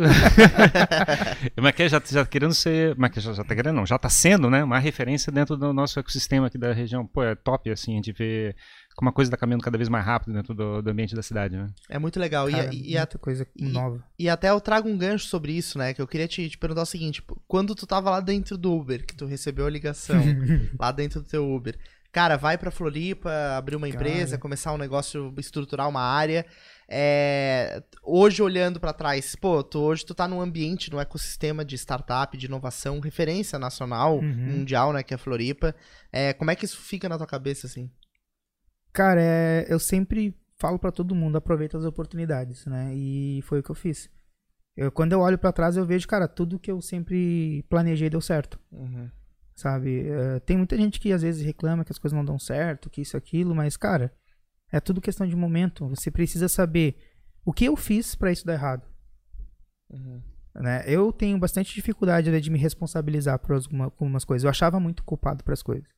Speaker 2: mas que já, já querendo ser... Mas que já, já tá querendo, não, já tá sendo, né? Uma referência dentro do nosso ecossistema aqui da região. Pô, é top, assim, a gente vê como a coisa tá caminhando cada vez mais rápido dentro do, do ambiente da cidade, né?
Speaker 1: É muito legal.
Speaker 3: Cara,
Speaker 1: e,
Speaker 3: e
Speaker 1: e
Speaker 3: muita a, coisa
Speaker 1: e,
Speaker 3: nova.
Speaker 1: E até eu trago um gancho sobre isso, né? Que eu queria te, te perguntar o seguinte. Quando tu tava lá dentro do Uber, que tu recebeu a ligação, lá dentro do teu Uber... Cara, vai pra Floripa, abrir uma empresa, Cara. começar um negócio, estruturar uma área. É... Hoje, olhando pra trás, pô, tu, hoje tu tá num ambiente, num ecossistema de startup, de inovação, referência nacional, uhum. mundial, né, que é a Floripa. É... Como é que isso fica na tua cabeça, assim?
Speaker 3: Cara, é... eu sempre falo pra todo mundo, aproveita as oportunidades, né? E foi o que eu fiz. Eu, quando eu olho pra trás, eu vejo, cara, tudo que eu sempre planejei deu certo. Uhum. Sabe, uh, tem muita gente que às vezes reclama que as coisas não dão certo, que isso, aquilo, mas, cara, é tudo questão de momento. Você precisa saber o que eu fiz pra isso dar errado. Uhum. Né? Eu tenho bastante dificuldade de me responsabilizar por alguma, algumas coisas. Eu achava muito culpado pras coisas.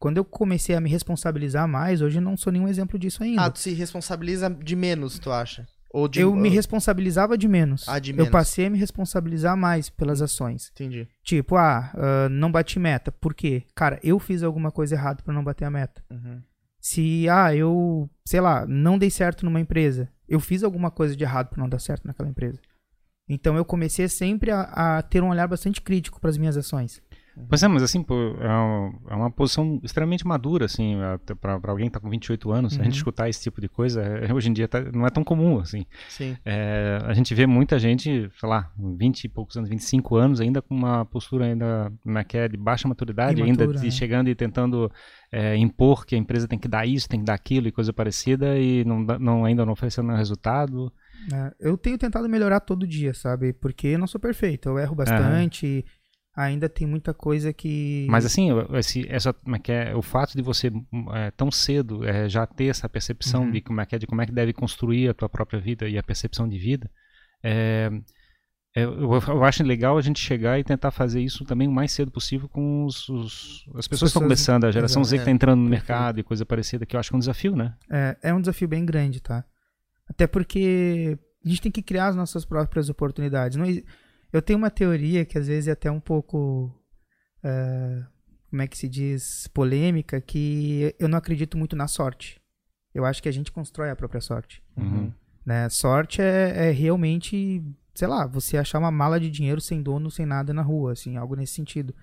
Speaker 3: Quando eu comecei a me responsabilizar mais, hoje eu não sou nenhum exemplo disso ainda.
Speaker 1: Ah, tu se responsabiliza de menos, tu acha? Ou de...
Speaker 3: Eu me responsabilizava de menos.
Speaker 1: Ah, de menos.
Speaker 3: Eu passei a me responsabilizar mais pelas ações.
Speaker 1: Entendi.
Speaker 3: Tipo, ah, uh, não bati meta. Por quê? Cara, eu fiz alguma coisa errada pra não bater a meta.
Speaker 1: Uhum.
Speaker 3: Se, ah, eu, sei lá, não dei certo numa empresa, eu fiz alguma coisa de errado pra não dar certo naquela empresa. Então eu comecei sempre a, a ter um olhar bastante crítico pras minhas ações.
Speaker 2: Pois é, mas assim, pô, é, uma, é uma posição extremamente madura, assim, pra, pra alguém que tá com vinte e oito anos, uhum. a gente escutar esse tipo de coisa, é, hoje em dia tá, não é tão comum, assim.
Speaker 1: Sim.
Speaker 2: É, a gente vê muita gente, sei lá, vinte e poucos anos, vinte e cinco anos, ainda com uma postura ainda, como é que é, de baixa maturidade, Imatura, ainda de, né? chegando e tentando é, impor que a empresa tem que dar isso, tem que dar aquilo e coisa parecida, e não, não, ainda não oferecendo nenhum resultado.
Speaker 3: É, eu tenho tentado melhorar todo dia, sabe? Porque eu não sou perfeito, eu erro bastante... Uhum. Ainda tem muita coisa que...
Speaker 2: Mas assim, esse, essa, como é que é, o fato de você é, tão cedo é, já ter essa percepção uhum. de, como é que é, de como é que deve construir a tua própria vida e a percepção de vida, é, é, eu, eu acho legal a gente chegar e tentar fazer isso também o mais cedo possível com os, os, as pessoas que estão começando, a geração Z que está entrando no mercado e coisa parecida, que eu acho que é um desafio, né?
Speaker 3: É, é um desafio bem grande, tá? Até porque a gente tem que criar as nossas próprias oportunidades. Não é... Eu tenho uma teoria que às vezes é até um pouco, uh, como é que se diz, polêmica, que eu não acredito muito na sorte. Eu acho que a gente constrói a própria sorte.
Speaker 2: Uhum.
Speaker 3: Né? Sorte é, é realmente, sei lá, você achar uma mala de dinheiro sem dono, sem nada na rua, assim, algo nesse sentido.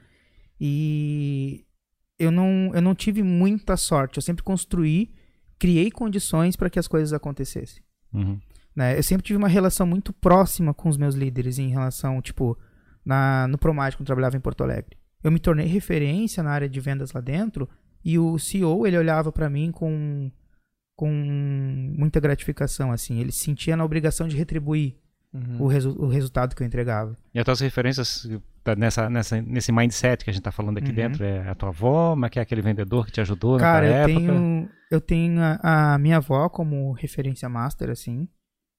Speaker 3: E eu não, eu não tive muita sorte, eu sempre construí, criei condições para que as coisas acontecessem.
Speaker 2: Uhum.
Speaker 3: Né? Eu sempre tive uma relação muito próxima com os meus líderes em relação, tipo, na, no Promage, quando eu trabalhava em Porto Alegre. Eu me tornei referência na área de vendas lá dentro e o C E O, ele olhava para mim com, com muita gratificação, assim. Ele sentia na obrigação de retribuir uhum. o, resu o resultado que eu entregava.
Speaker 2: E as tuas referências nessa, nessa, nesse mindset que a gente tá falando aqui uhum. dentro, é a tua avó, mas que é aquele vendedor que te ajudou
Speaker 3: Cara,
Speaker 2: naquela
Speaker 3: eu
Speaker 2: época?
Speaker 3: Tenho, eu tenho a, a minha avó como referência master, assim.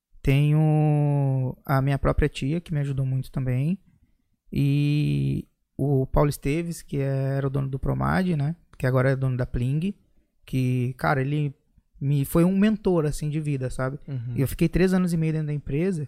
Speaker 3: Tenho a minha própria tia, que me ajudou muito também. E o Paulo Esteves, que era o dono do Promage, né? Que agora é dono da Pling. Que, cara, ele me foi um mentor, assim, de vida, sabe? Uhum. E eu fiquei três anos e meio dentro da empresa.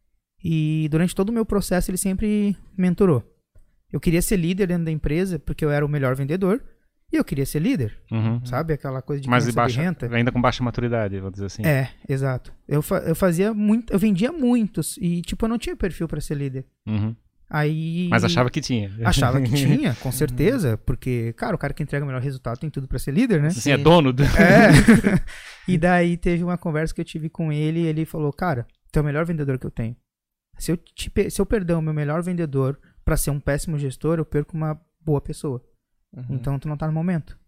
Speaker 3: E durante todo o meu processo, ele sempre mentorou. Eu queria ser líder dentro da empresa, porque eu era o melhor vendedor. E eu queria ser líder,
Speaker 2: uhum.
Speaker 3: sabe? Aquela coisa de
Speaker 2: Mas
Speaker 3: criança
Speaker 2: baixa,
Speaker 3: birrenta.
Speaker 2: ainda com baixa maturidade, vou dizer assim.
Speaker 3: É, exato. Eu, fa eu fazia muito, eu vendia muitos e, tipo, eu não tinha perfil pra ser líder.
Speaker 2: Uhum.
Speaker 3: Aí...
Speaker 2: Mas achava que tinha.
Speaker 3: Achava que tinha, com certeza, porque, cara, o cara que entrega o melhor resultado tem tudo pra ser líder, né?
Speaker 2: Sim, Sim. é dono. Do...
Speaker 3: É. E daí teve uma conversa que eu tive com ele e ele falou, cara, tu é o melhor vendedor que eu tenho. Se eu, te, se eu perder o meu melhor vendedor pra ser um péssimo gestor, eu perco uma boa pessoa. Uhum. Então tu não tá no momento.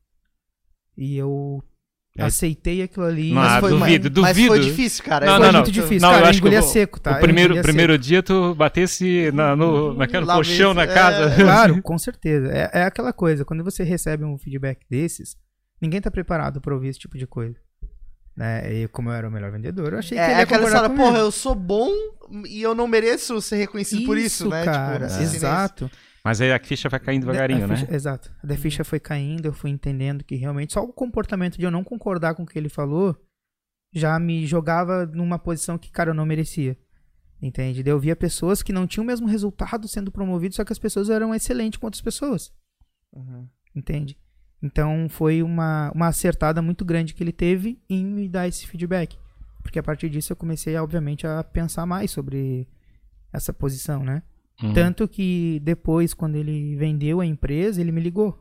Speaker 3: E eu é. aceitei aquilo ali.
Speaker 2: Não,
Speaker 1: mas, foi,
Speaker 2: duvido,
Speaker 1: mas,
Speaker 2: duvido.
Speaker 1: mas foi difícil, cara.
Speaker 3: Não,
Speaker 1: foi
Speaker 3: não,
Speaker 1: muito
Speaker 3: não.
Speaker 1: difícil.
Speaker 3: Não,
Speaker 1: cara,
Speaker 3: eu
Speaker 1: eu
Speaker 3: engolha
Speaker 1: o,
Speaker 3: seco, tá?
Speaker 2: O primeiro,
Speaker 3: engolha
Speaker 2: primeiro
Speaker 3: seco.
Speaker 2: dia tu batesse na, no, naquele
Speaker 1: Lá
Speaker 2: colchão na
Speaker 1: é,
Speaker 2: casa.
Speaker 3: Claro, com certeza. É, é aquela coisa, quando você recebe um feedback desses, ninguém tá preparado pra ouvir esse tipo de coisa. Né? E como eu era o melhor vendedor, eu achei
Speaker 1: é,
Speaker 3: que ele ia
Speaker 1: é aquela história,
Speaker 3: comigo.
Speaker 1: porra, eu sou bom e eu não mereço ser reconhecido
Speaker 3: isso,
Speaker 1: por isso, né?
Speaker 3: Cara,
Speaker 1: tipo,
Speaker 3: exato.
Speaker 2: Mas aí a ficha vai caindo devagarinho,
Speaker 3: ficha,
Speaker 2: né?
Speaker 3: Exato. A ficha foi caindo, eu fui entendendo que realmente só o comportamento de eu não concordar com o que ele falou já me jogava numa posição que, cara, eu não merecia. Entende? Daí eu via pessoas que não tinham o mesmo resultado sendo promovidas, só que as pessoas eram excelentes com outras pessoas. Uhum. Entende? Então foi uma, uma acertada muito grande que ele teve em me dar esse feedback. Porque a partir disso eu comecei, obviamente, a pensar mais sobre essa posição, né? Uhum. Tanto que depois, quando ele vendeu a empresa, ele me ligou.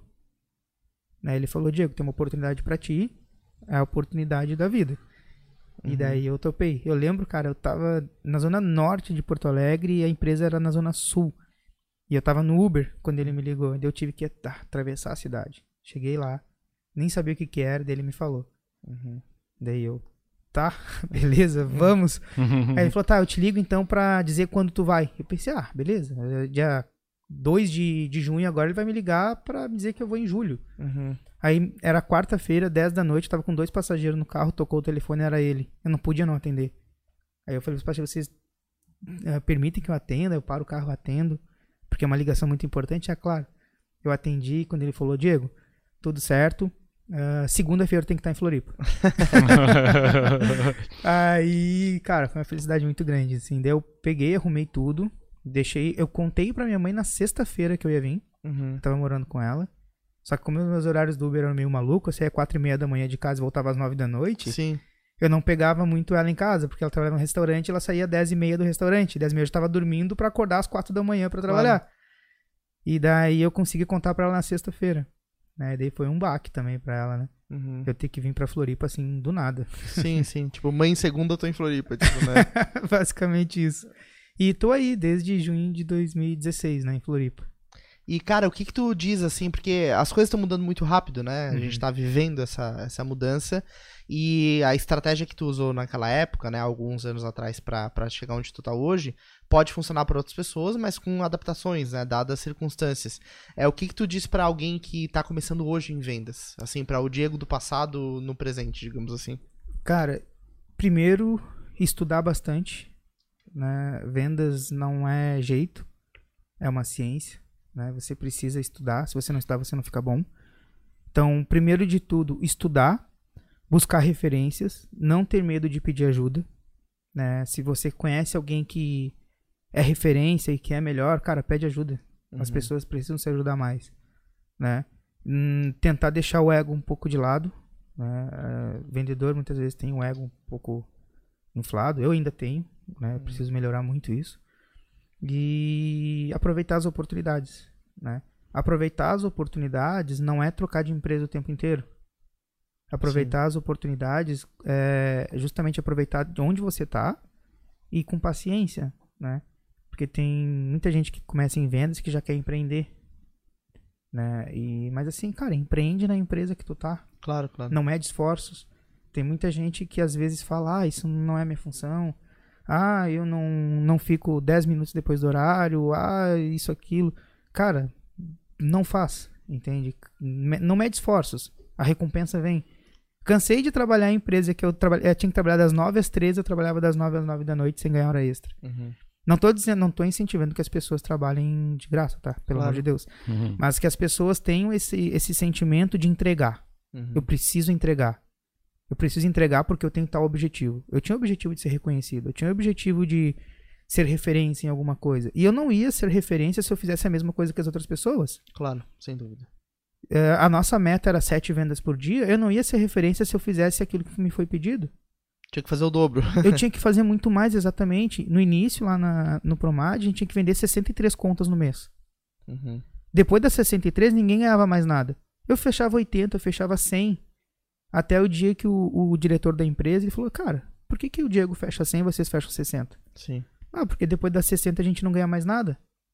Speaker 3: Né? Ele falou, Diego, tem uma oportunidade pra ti, é a oportunidade da vida. Uhum. E daí eu topei. Eu lembro, cara, eu tava na zona norte de Porto Alegre e a empresa era na zona sul. E eu tava no Uber quando ele me ligou. Daí eu tive que tá, atravessar a cidade. Cheguei lá, nem sabia o que que era, daí ele me falou. Uhum. Daí eu, tá, beleza, vamos. Uhum. Aí ele falou, tá, eu te ligo então pra dizer quando tu vai. Eu pensei, ah, beleza, dia dois de, de junho agora ele vai me ligar pra dizer que eu vou em julho. Uhum. Aí era quarta-feira, dez da noite, tava com dois passageiros no carro, tocou o telefone, era ele. Eu não podia não atender. Aí eu falei pros passageiros, vocês uh, permitem que eu atenda? Eu paro o carro, atendo, porque é uma ligação muito importante, é claro. Eu atendi, quando ele falou, Diego, tudo certo. Uh, segunda-feira tem que estar em Floripa. Aí, cara, foi uma felicidade muito grande, assim. Daí eu peguei, arrumei tudo, deixei... Eu contei pra minha mãe na sexta-feira que eu ia vir.
Speaker 1: Uhum.
Speaker 3: Eu tava morando com ela. Só que como os meus horários do Uber eram meio malucos, eu saía quatro e meia da manhã de casa e voltava às nove da noite.
Speaker 1: Sim.
Speaker 3: Eu não pegava muito ela em casa, porque ela trabalhava no restaurante e ela saía às dez e meia do restaurante. dez e meia eu já tava dormindo pra acordar às quatro da manhã pra trabalhar. Claro. E daí eu consegui contar pra ela na sexta-feira. Né? E daí foi um baque também pra ela, né?
Speaker 1: Uhum.
Speaker 3: Eu ter que vir pra Floripa, assim, do nada.
Speaker 1: Sim, sim. Tipo, mãe segunda eu tô em Floripa, tipo, né?
Speaker 3: Basicamente isso. E tô aí desde junho de dois mil e dezesseis, né, em Floripa.
Speaker 1: E, cara, o que que tu diz, assim, porque as coisas estão mudando muito rápido, né? Uhum. A gente tá vivendo essa, essa mudança e a estratégia que tu usou naquela época, né, alguns anos atrás pra, pra chegar onde tu tá hoje, pode funcionar para outras pessoas, mas com adaptações, né, dadas as circunstâncias. É, o que que tu diz pra alguém que tá começando hoje em vendas? Assim, pra o Diego do passado no presente, digamos assim.
Speaker 3: Cara, primeiro, estudar bastante, né? Vendas não é jeito, é uma ciência. Né? Você precisa estudar. Se você não estudar, você não fica bom. Então, primeiro de tudo, estudar, buscar referências, não ter medo de pedir ajuda. Né? Se você conhece alguém que é referência e que é melhor, cara, pede ajuda. Uhum. As pessoas precisam se ajudar mais. Né? Hum, tentar deixar o ego um pouco de lado. Né? Uh, vendedor muitas vezes tem o ego um pouco inflado. Eu ainda tenho. Né? Uhum. Preciso melhorar muito isso. E aproveitar as oportunidades, né? Aproveitar as oportunidades não é trocar de empresa o tempo inteiro. Aproveitar Sim. as oportunidades é justamente aproveitar de onde você está e com paciência, né? Porque tem muita gente que começa em vendas que já quer empreender, né? E, mas assim, cara, empreende na empresa que tu tá.
Speaker 1: Claro, claro.
Speaker 3: Não mede esforços. Tem muita gente que às vezes fala, ah, isso não é minha função. Ah, eu não, não fico dez minutos depois do horário. Ah, isso, aquilo. Cara, não faz, entende? Não mede esforços. A recompensa vem. Cansei de trabalhar em empresa que eu, traba... eu tinha que trabalhar das nove às treze, eu trabalhava das nove às nove da noite sem ganhar hora extra. Uhum. Não tô dizendo, não tô incentivando que as pessoas trabalhem de graça, tá? Pelo claro. amor de Deus. Uhum. Mas que as pessoas tenham esse, esse sentimento de entregar. Uhum. Eu preciso entregar. Eu preciso entregar porque eu tenho tal objetivo. Eu tinha o objetivo de ser reconhecido. Eu tinha o objetivo de ser referência em alguma coisa. E eu não ia ser referência se eu fizesse a mesma coisa que as outras pessoas.
Speaker 1: Claro, sem dúvida.
Speaker 3: É, a nossa meta era sete vendas por dia. Eu não ia ser referência se eu fizesse aquilo que me foi pedido.
Speaker 1: Tinha que fazer o dobro.
Speaker 3: Eu tinha que fazer muito mais, exatamente. No início, lá na, no Promad, a gente tinha que vender sessenta e três contas no mês. Uhum. Depois das sessenta e três, ninguém ganhava mais nada. Eu fechava oitenta, eu fechava cem. Até o dia que o, o diretor da empresa ele falou, cara, por que, que o Diego fecha cem e vocês fecham sessenta?
Speaker 1: Sim.
Speaker 3: Ah, porque depois das sessenta a gente não ganha mais nada.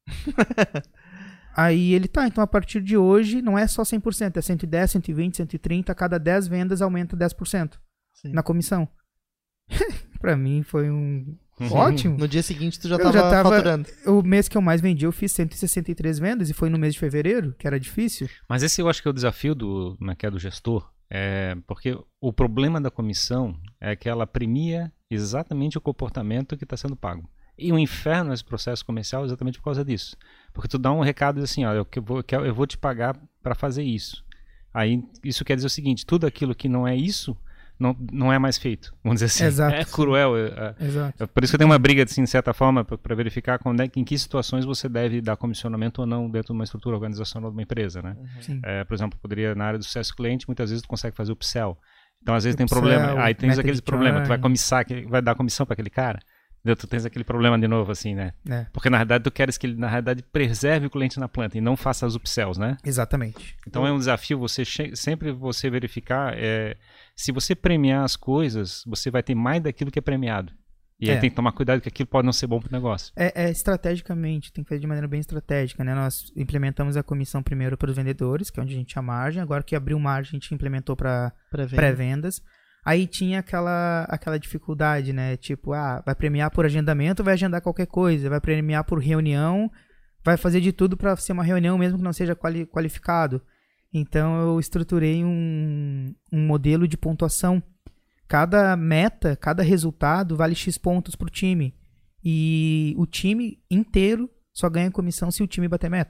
Speaker 3: Aí ele, tá, então a partir de hoje não é só cem por cento, é cento e dez, cento e vinte, cento e trinta, a cada dez vendas aumenta dez por cento Sim. na comissão. Pra mim foi um... Ótimo.
Speaker 1: No dia seguinte tu já
Speaker 3: eu
Speaker 1: tava,
Speaker 3: já tava
Speaker 1: faturando.
Speaker 3: O mês que eu mais vendi eu fiz cento e sessenta e três vendas e foi no mês de fevereiro, que era difícil.
Speaker 2: Mas esse eu acho que é o desafio do, que é do gestor. É, porque o problema da comissão é que ela premia exatamente o comportamento que está sendo pago. E o inferno nesse processo comercial é exatamente por causa disso. Porque tu dá um recado assim, ó, eu, vou, eu vou te pagar para fazer isso. Aí isso quer dizer o seguinte, tudo aquilo que não é isso, não, não é mais feito. Vamos dizer assim.
Speaker 3: Exato.
Speaker 2: É cruel. É,
Speaker 3: Exato.
Speaker 2: É, por isso que eu tenho uma briga, assim, de certa forma, para verificar quando é, em que situações você deve dar comissionamento ou não dentro de uma estrutura organizacional de uma empresa, né?
Speaker 3: Uhum.
Speaker 2: É, por exemplo, poderia, na área do sucesso cliente, muitas vezes tu consegue fazer upsell. Então, às vezes
Speaker 3: upsell,
Speaker 2: tem problema. Aí tem aqueles problemas. Tu vai
Speaker 3: churn.
Speaker 2: comissar, vai dar comissão para aquele cara. Entendeu? Tu tens aquele problema de novo, assim, né?
Speaker 3: É.
Speaker 2: Porque, na realidade, tu queres que ele, na realidade, preserve o cliente na planta e não faça as upsells, né?
Speaker 3: Exatamente.
Speaker 2: Então, é um desafio você sempre você verificar é, se você premiar as coisas, você vai ter mais daquilo que é premiado. E é. aí tem que tomar cuidado que aquilo pode não ser bom pro negócio.
Speaker 3: É, é estrategicamente, tem que fazer de maneira bem estratégica, né? Nós implementamos a comissão primeiro para os vendedores, que é onde a gente tinha margem. Agora que abriu margem, a gente implementou para
Speaker 1: Pré-venda.
Speaker 3: pré-vendas. Aí tinha aquela, aquela dificuldade, né? Tipo, ah, vai premiar por agendamento, vai agendar qualquer coisa. Vai premiar por reunião, vai fazer de tudo para ser uma reunião mesmo que não seja quali- qualificado. Então eu estruturei um, um modelo de pontuação. Cada meta, cada resultado vale X pontos pro time. E o time inteiro só ganha comissão se o time bater meta.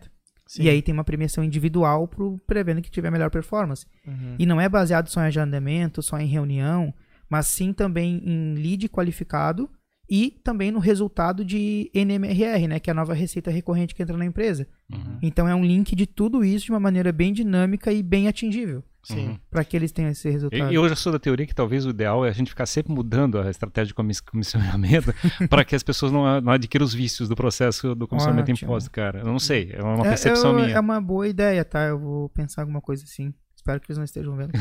Speaker 1: Sim.
Speaker 3: E aí tem uma premiação individual pro pré-venda que tiver melhor performance.
Speaker 1: Uhum.
Speaker 3: E não é baseado só em agendamento, só em reunião, mas sim também em lead qualificado e também no resultado de N M R R, né, que é a nova receita recorrente que entra na empresa.
Speaker 2: Uhum.
Speaker 3: Então é um link de tudo isso de uma maneira bem dinâmica e bem atingível.
Speaker 1: Sim.
Speaker 3: Para que eles tenham esse resultado.
Speaker 2: Eu, eu já sou da teoria que talvez o ideal é a gente ficar sempre mudando a estratégia de comiss comissionamento para que as pessoas não, não adquiram os vícios do processo do comissionamento de
Speaker 3: Ótimo.
Speaker 2: imposto, cara. Eu não sei, é uma
Speaker 3: É,
Speaker 2: percepção
Speaker 3: eu-
Speaker 2: minha.
Speaker 3: É uma boa ideia, tá? Eu vou pensar alguma coisa assim. Espero que eles não estejam vendo.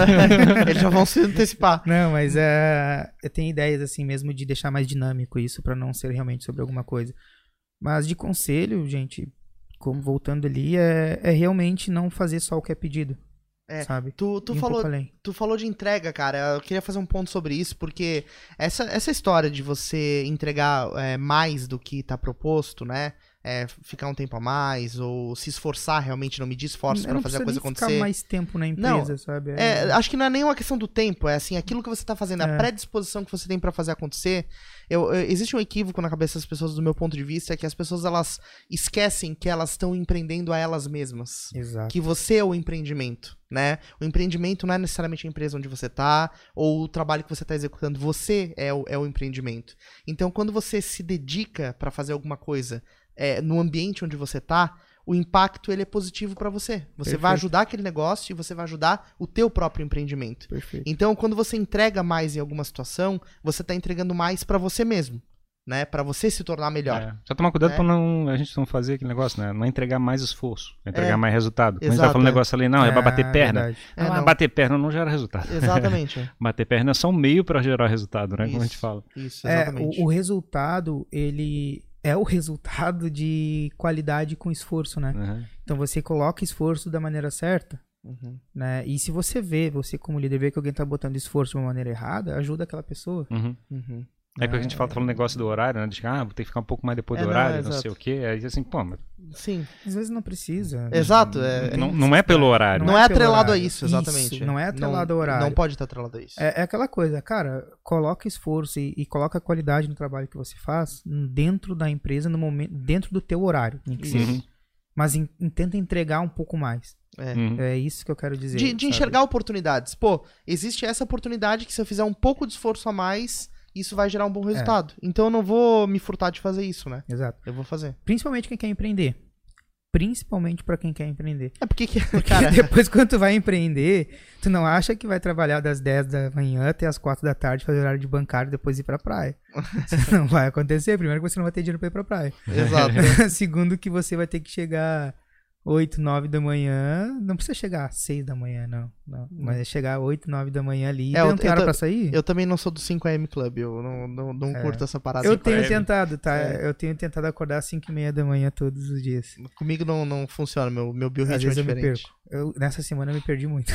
Speaker 1: Eles já vão se antecipar.
Speaker 3: Não, mas é, eu tenho ideias assim mesmo de deixar mais dinâmico isso para não ser realmente sobre alguma coisa. Mas de conselho, gente, como voltando ali, é, é realmente não fazer só o que é pedido,
Speaker 1: É,
Speaker 3: sabe?
Speaker 1: Tu, tu,
Speaker 3: Ir um
Speaker 1: falou,
Speaker 3: pouco além.
Speaker 1: tu falou de entrega, cara. Eu queria fazer um ponto sobre isso, porque essa, essa história de você entregar é, mais do que tá proposto, né? É, ficar um tempo a mais, ou se esforçar realmente, não medir esforço
Speaker 3: Eu
Speaker 1: pra
Speaker 3: não
Speaker 1: fazer a
Speaker 3: preciso
Speaker 1: coisa
Speaker 3: nem ficar
Speaker 1: acontecer.
Speaker 3: mais tempo na empresa, sabe?
Speaker 1: É, acho que não é nem uma questão do tempo, é assim, aquilo que você tá fazendo, a
Speaker 3: É.
Speaker 1: predisposição que você tem pra fazer acontecer. Eu, eu- existe um equívoco na cabeça das pessoas, do meu ponto de vista, é que as pessoas elas esquecem que elas estão empreendendo a elas mesmas.
Speaker 3: Exato.
Speaker 1: Que você é o empreendimento, né? O empreendimento não é necessariamente a empresa onde você tá, ou o trabalho que você tá executando, você é o, é o empreendimento. Então, quando você se dedica pra fazer alguma coisa é, no ambiente onde você tá, o impacto ele é positivo pra você. Você vai
Speaker 3: Perfeito.
Speaker 1: ajudar aquele negócio e você vai ajudar o teu próprio empreendimento.
Speaker 3: Perfeito.
Speaker 1: Então, quando você entrega mais em alguma situação, você tá entregando mais pra você mesmo, né? Pra você se tornar melhor.
Speaker 2: É, só tomar cuidado
Speaker 1: É.
Speaker 2: pra não, a gente não fazer aquele negócio, né? Não entregar mais esforço, entregar
Speaker 1: É.
Speaker 2: mais resultado. Como a gente
Speaker 1: Exato,
Speaker 2: tá falando
Speaker 1: é.
Speaker 2: negócio ali, não, é, pra bater
Speaker 3: Ah,
Speaker 2: perna.
Speaker 3: verdade.
Speaker 1: É,
Speaker 2: Ah, mas
Speaker 1: não.
Speaker 2: bater perna não gera resultado.
Speaker 1: Exatamente.
Speaker 2: Bater perna é só um meio pra gerar resultado, né? Como a gente
Speaker 1: Isso.
Speaker 2: fala.
Speaker 1: Isso,
Speaker 3: É,
Speaker 1: exatamente.
Speaker 3: o, o resultado, ele é o resultado de qualidade com esforço, né?
Speaker 2: Uhum.
Speaker 3: Então você coloca esforço da maneira certa,
Speaker 1: Uhum.
Speaker 3: né? E se você vê, você como líder vê que alguém tá botando esforço de uma maneira errada, ajuda aquela pessoa.
Speaker 2: Uhum.
Speaker 1: Uhum.
Speaker 2: Aí que a gente fala, tá falando negócio do horário, né? De que, ah, vou ter que ficar um pouco mais depois
Speaker 1: É,
Speaker 2: do
Speaker 1: não,
Speaker 2: horário,
Speaker 1: é,
Speaker 2: não, sei
Speaker 1: exato.
Speaker 2: o quê. Aí assim, pô, mas
Speaker 1: Sim.
Speaker 3: Às vezes não precisa.
Speaker 1: Exato. É,
Speaker 2: não, não é pelo horário.
Speaker 1: não,
Speaker 3: não
Speaker 1: é
Speaker 3: é pelo
Speaker 1: atrelado a
Speaker 3: horário.
Speaker 1: isso, exatamente.
Speaker 3: Isso, não é atrelado
Speaker 1: Não-
Speaker 3: ao horário.
Speaker 1: Não pode estar atrelado a isso.
Speaker 3: É, é aquela coisa, cara, coloca esforço e, e coloca qualidade no trabalho que você faz dentro da empresa, no momento, dentro do teu horário, nem que seja.
Speaker 2: Uhum.
Speaker 3: Mas em- em- tenta entregar um pouco mais.
Speaker 1: É.
Speaker 2: Uhum.
Speaker 3: É isso que eu quero dizer.
Speaker 1: De, de
Speaker 3: sabe?
Speaker 1: enxergar oportunidades. Pô, existe essa oportunidade que se eu fizer um pouco de esforço a mais, isso vai gerar um bom resultado. Então eu não vou me furtar de fazer isso, né?
Speaker 3: Exato.
Speaker 1: Eu vou fazer.
Speaker 3: Principalmente quem quer empreender. Principalmente pra quem quer empreender.
Speaker 1: É porque, que-
Speaker 3: Porque
Speaker 1: cara,
Speaker 3: depois quando tu vai empreender, tu não acha que vai trabalhar das dez da manhã até as quatro da tarde, fazer horário de bancário e depois ir pra praia. Isso não vai acontecer. Primeiro que você não vai ter dinheiro pra ir pra praia.
Speaker 1: exato.
Speaker 3: Segundo que você vai ter que chegar oito, nove da manhã. Não precisa chegar às seis da manhã, não. não. Mas é chegar oito, nove da manhã ali.
Speaker 1: É,
Speaker 3: É,
Speaker 1: eu-
Speaker 3: não tem
Speaker 1: eu
Speaker 3: hora
Speaker 1: tô-
Speaker 3: pra sair?
Speaker 1: Eu também não sou do cinco A M Club, eu não, não, não curto essa parada.
Speaker 3: Eu
Speaker 1: cinco A M.
Speaker 3: tenho tentado, tá?
Speaker 1: É.
Speaker 3: Eu tenho tentado acordar às cinco e meia da manhã todos os dias.
Speaker 1: Comigo não, não funciona, meu, meu biorritmo
Speaker 3: Às
Speaker 1: é
Speaker 3: vezes eu me
Speaker 1: diferente.
Speaker 3: perco. Eu, nessa semana eu me perdi muito.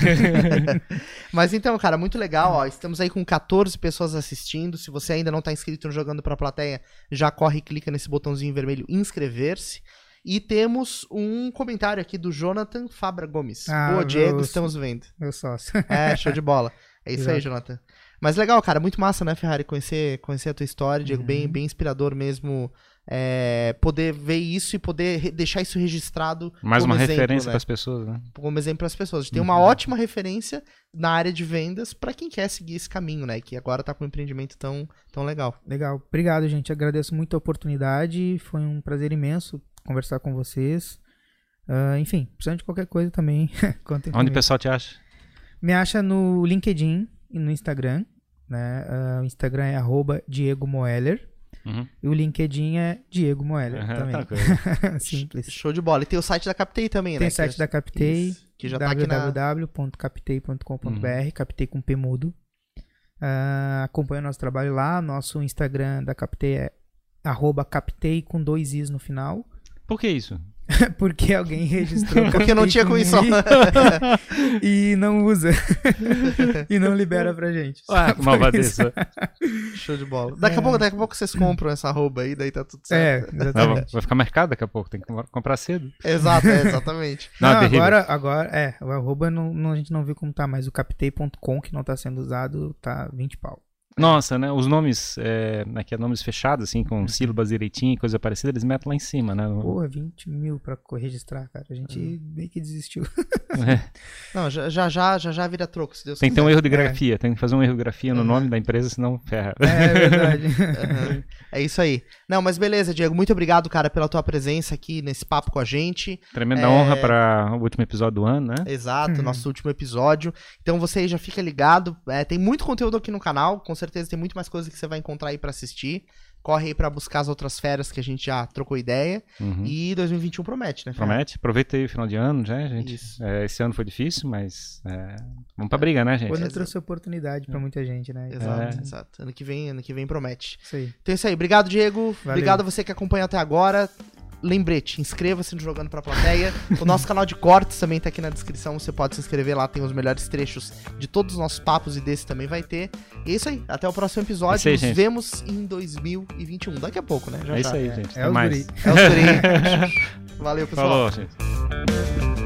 Speaker 1: Mas então, cara, muito legal, ó. Estamos aí com quatorze pessoas assistindo. Se você ainda não tá inscrito no Jogando Pra Plateia, já corre e clica nesse botãozinho vermelho inscrever-se. E temos um comentário aqui do Jonathan Fabra Gomes.
Speaker 3: Ah,
Speaker 1: Boa, Diego,
Speaker 3: eu-
Speaker 1: estamos vendo.
Speaker 3: Meu sócio.
Speaker 1: É, show de bola. É isso aí, Jonathan. Mas legal, cara, muito massa, né, Ferrari, conhecer, conhecer a tua história, Diego,
Speaker 3: Uhum.
Speaker 1: bem, bem inspirador mesmo, é, poder ver isso e poder re- deixar isso registrado
Speaker 2: Mais
Speaker 1: como
Speaker 2: uma
Speaker 1: exemplo,
Speaker 2: referência
Speaker 1: né?
Speaker 2: para as pessoas, né?
Speaker 1: Como exemplo para as pessoas. Tem uma ótima referência na área de vendas para quem quer seguir esse caminho, né, que agora tá com um empreendimento tão, tão legal.
Speaker 3: Legal. Obrigado, gente. Agradeço muito a oportunidade. Foi um prazer imenso conversar com vocês. Ah, enfim, precisando de qualquer coisa também, contem
Speaker 2: Onde o
Speaker 3: comigo.
Speaker 2: pessoal te acha?
Speaker 3: Me acha no LinkedIn e no Instagram. Né? Ah, o Instagram é arroba Diego Moeller.
Speaker 2: Uhum.
Speaker 3: E o LinkedIn é Diego Moeller
Speaker 2: Uhum,
Speaker 3: também.
Speaker 2: tá coisa.
Speaker 3: Simples.
Speaker 1: Show de bola. E tem o site da Captei também,
Speaker 3: Tem
Speaker 1: né?
Speaker 3: o site
Speaker 1: que,
Speaker 3: da Captei,
Speaker 1: Isso, que já tá aqui na...
Speaker 3: w w w ponto captei ponto com ponto b r, Captei com P mudo. Ah, acompanha o nosso trabalho lá. Nosso Instagram da Captei é arroba Captei com dois i's no final.
Speaker 2: Por que isso?
Speaker 3: Porque alguém registrou
Speaker 1: Porque não
Speaker 3: Captei
Speaker 1: tinha com isso.
Speaker 3: i e não usa. E não libera pra gente.
Speaker 2: Ah,
Speaker 3: Só
Speaker 2: que
Speaker 3: por
Speaker 2: malvadeza.
Speaker 3: isso.
Speaker 1: Show de bola. Daqui a, pouco, daqui a pouco vocês compram essa arroba aí, daí tá tudo
Speaker 3: É,
Speaker 1: certo.
Speaker 2: Não, vai-
Speaker 3: exatamente.
Speaker 2: vai ficar mercado daqui a pouco, tem que comprar cedo.
Speaker 1: Exato, é, exatamente.
Speaker 2: Não,
Speaker 3: Não,
Speaker 2: é terrível.
Speaker 3: agora, agora, é, o arroba não, não- a gente não viu como tá, mas o captei ponto com, que não tá sendo usado, tá vinte pau.
Speaker 2: Nossa, né? Os nomes, é, aqui é nomes fechados, assim, com sílabas direitinho, coisa parecida, eles metem lá em cima, né?
Speaker 3: Porra, vinte mil pra registrar, cara. A gente hum. meio que desistiu.
Speaker 2: É.
Speaker 1: Não, já, já, já, já, já vira troco, se Deus
Speaker 2: Tem
Speaker 1: quiser.
Speaker 2: que ter um erro de grafia, é. tem que fazer um erro de grafia no
Speaker 1: uhum.
Speaker 2: nome da empresa, senão ferra.
Speaker 3: É, é verdade.
Speaker 1: Uhum. É isso aí. Não, mas beleza, Diego, muito obrigado, cara, pela tua presença aqui nesse papo com a gente.
Speaker 2: Tremenda
Speaker 1: é...
Speaker 2: honra para o último episódio do ano, né?
Speaker 1: Exato,
Speaker 3: uhum.
Speaker 1: nosso último episódio. Então você aí já fica ligado, é, tem muito conteúdo aqui no canal, com certeza tem muito mais coisa que você vai encontrar aí pra assistir. Corre aí pra buscar as outras férias que a gente já trocou ideia. Uhum. E dois mil e vinte e um promete, né, Fernando?
Speaker 2: Promete. Aproveita aí o final de ano, já, gente.
Speaker 1: Isso.
Speaker 2: É, esse ano foi difícil, mas é, vamos pra briga, né, gente?
Speaker 3: Quando trouxe oportunidade pra muita gente, né?
Speaker 1: Exato,
Speaker 2: é.
Speaker 1: exato. Ano que vem, ano que vem promete.
Speaker 3: Isso aí.
Speaker 1: Então é isso aí. Obrigado, Diego.
Speaker 3: Valeu.
Speaker 1: Obrigado a você que acompanha até agora. Lembrete, inscreva-se no Jogando Pra Plateia. O nosso canal de cortes também tá aqui na descrição. Você pode se inscrever lá, tem os melhores trechos de todos os nossos papos e desse também vai ter. E é isso aí. Até o próximo episódio.
Speaker 2: Aí,
Speaker 1: Nos
Speaker 2: gente.
Speaker 1: vemos em dois mil e vinte e um. Daqui a pouco, né? Já,
Speaker 2: é
Speaker 1: já.
Speaker 2: isso aí, gente.
Speaker 3: É
Speaker 2: Até
Speaker 3: os
Speaker 2: mais.
Speaker 3: guri.
Speaker 1: É o guri. Valeu, pessoal.
Speaker 2: Falou, gente.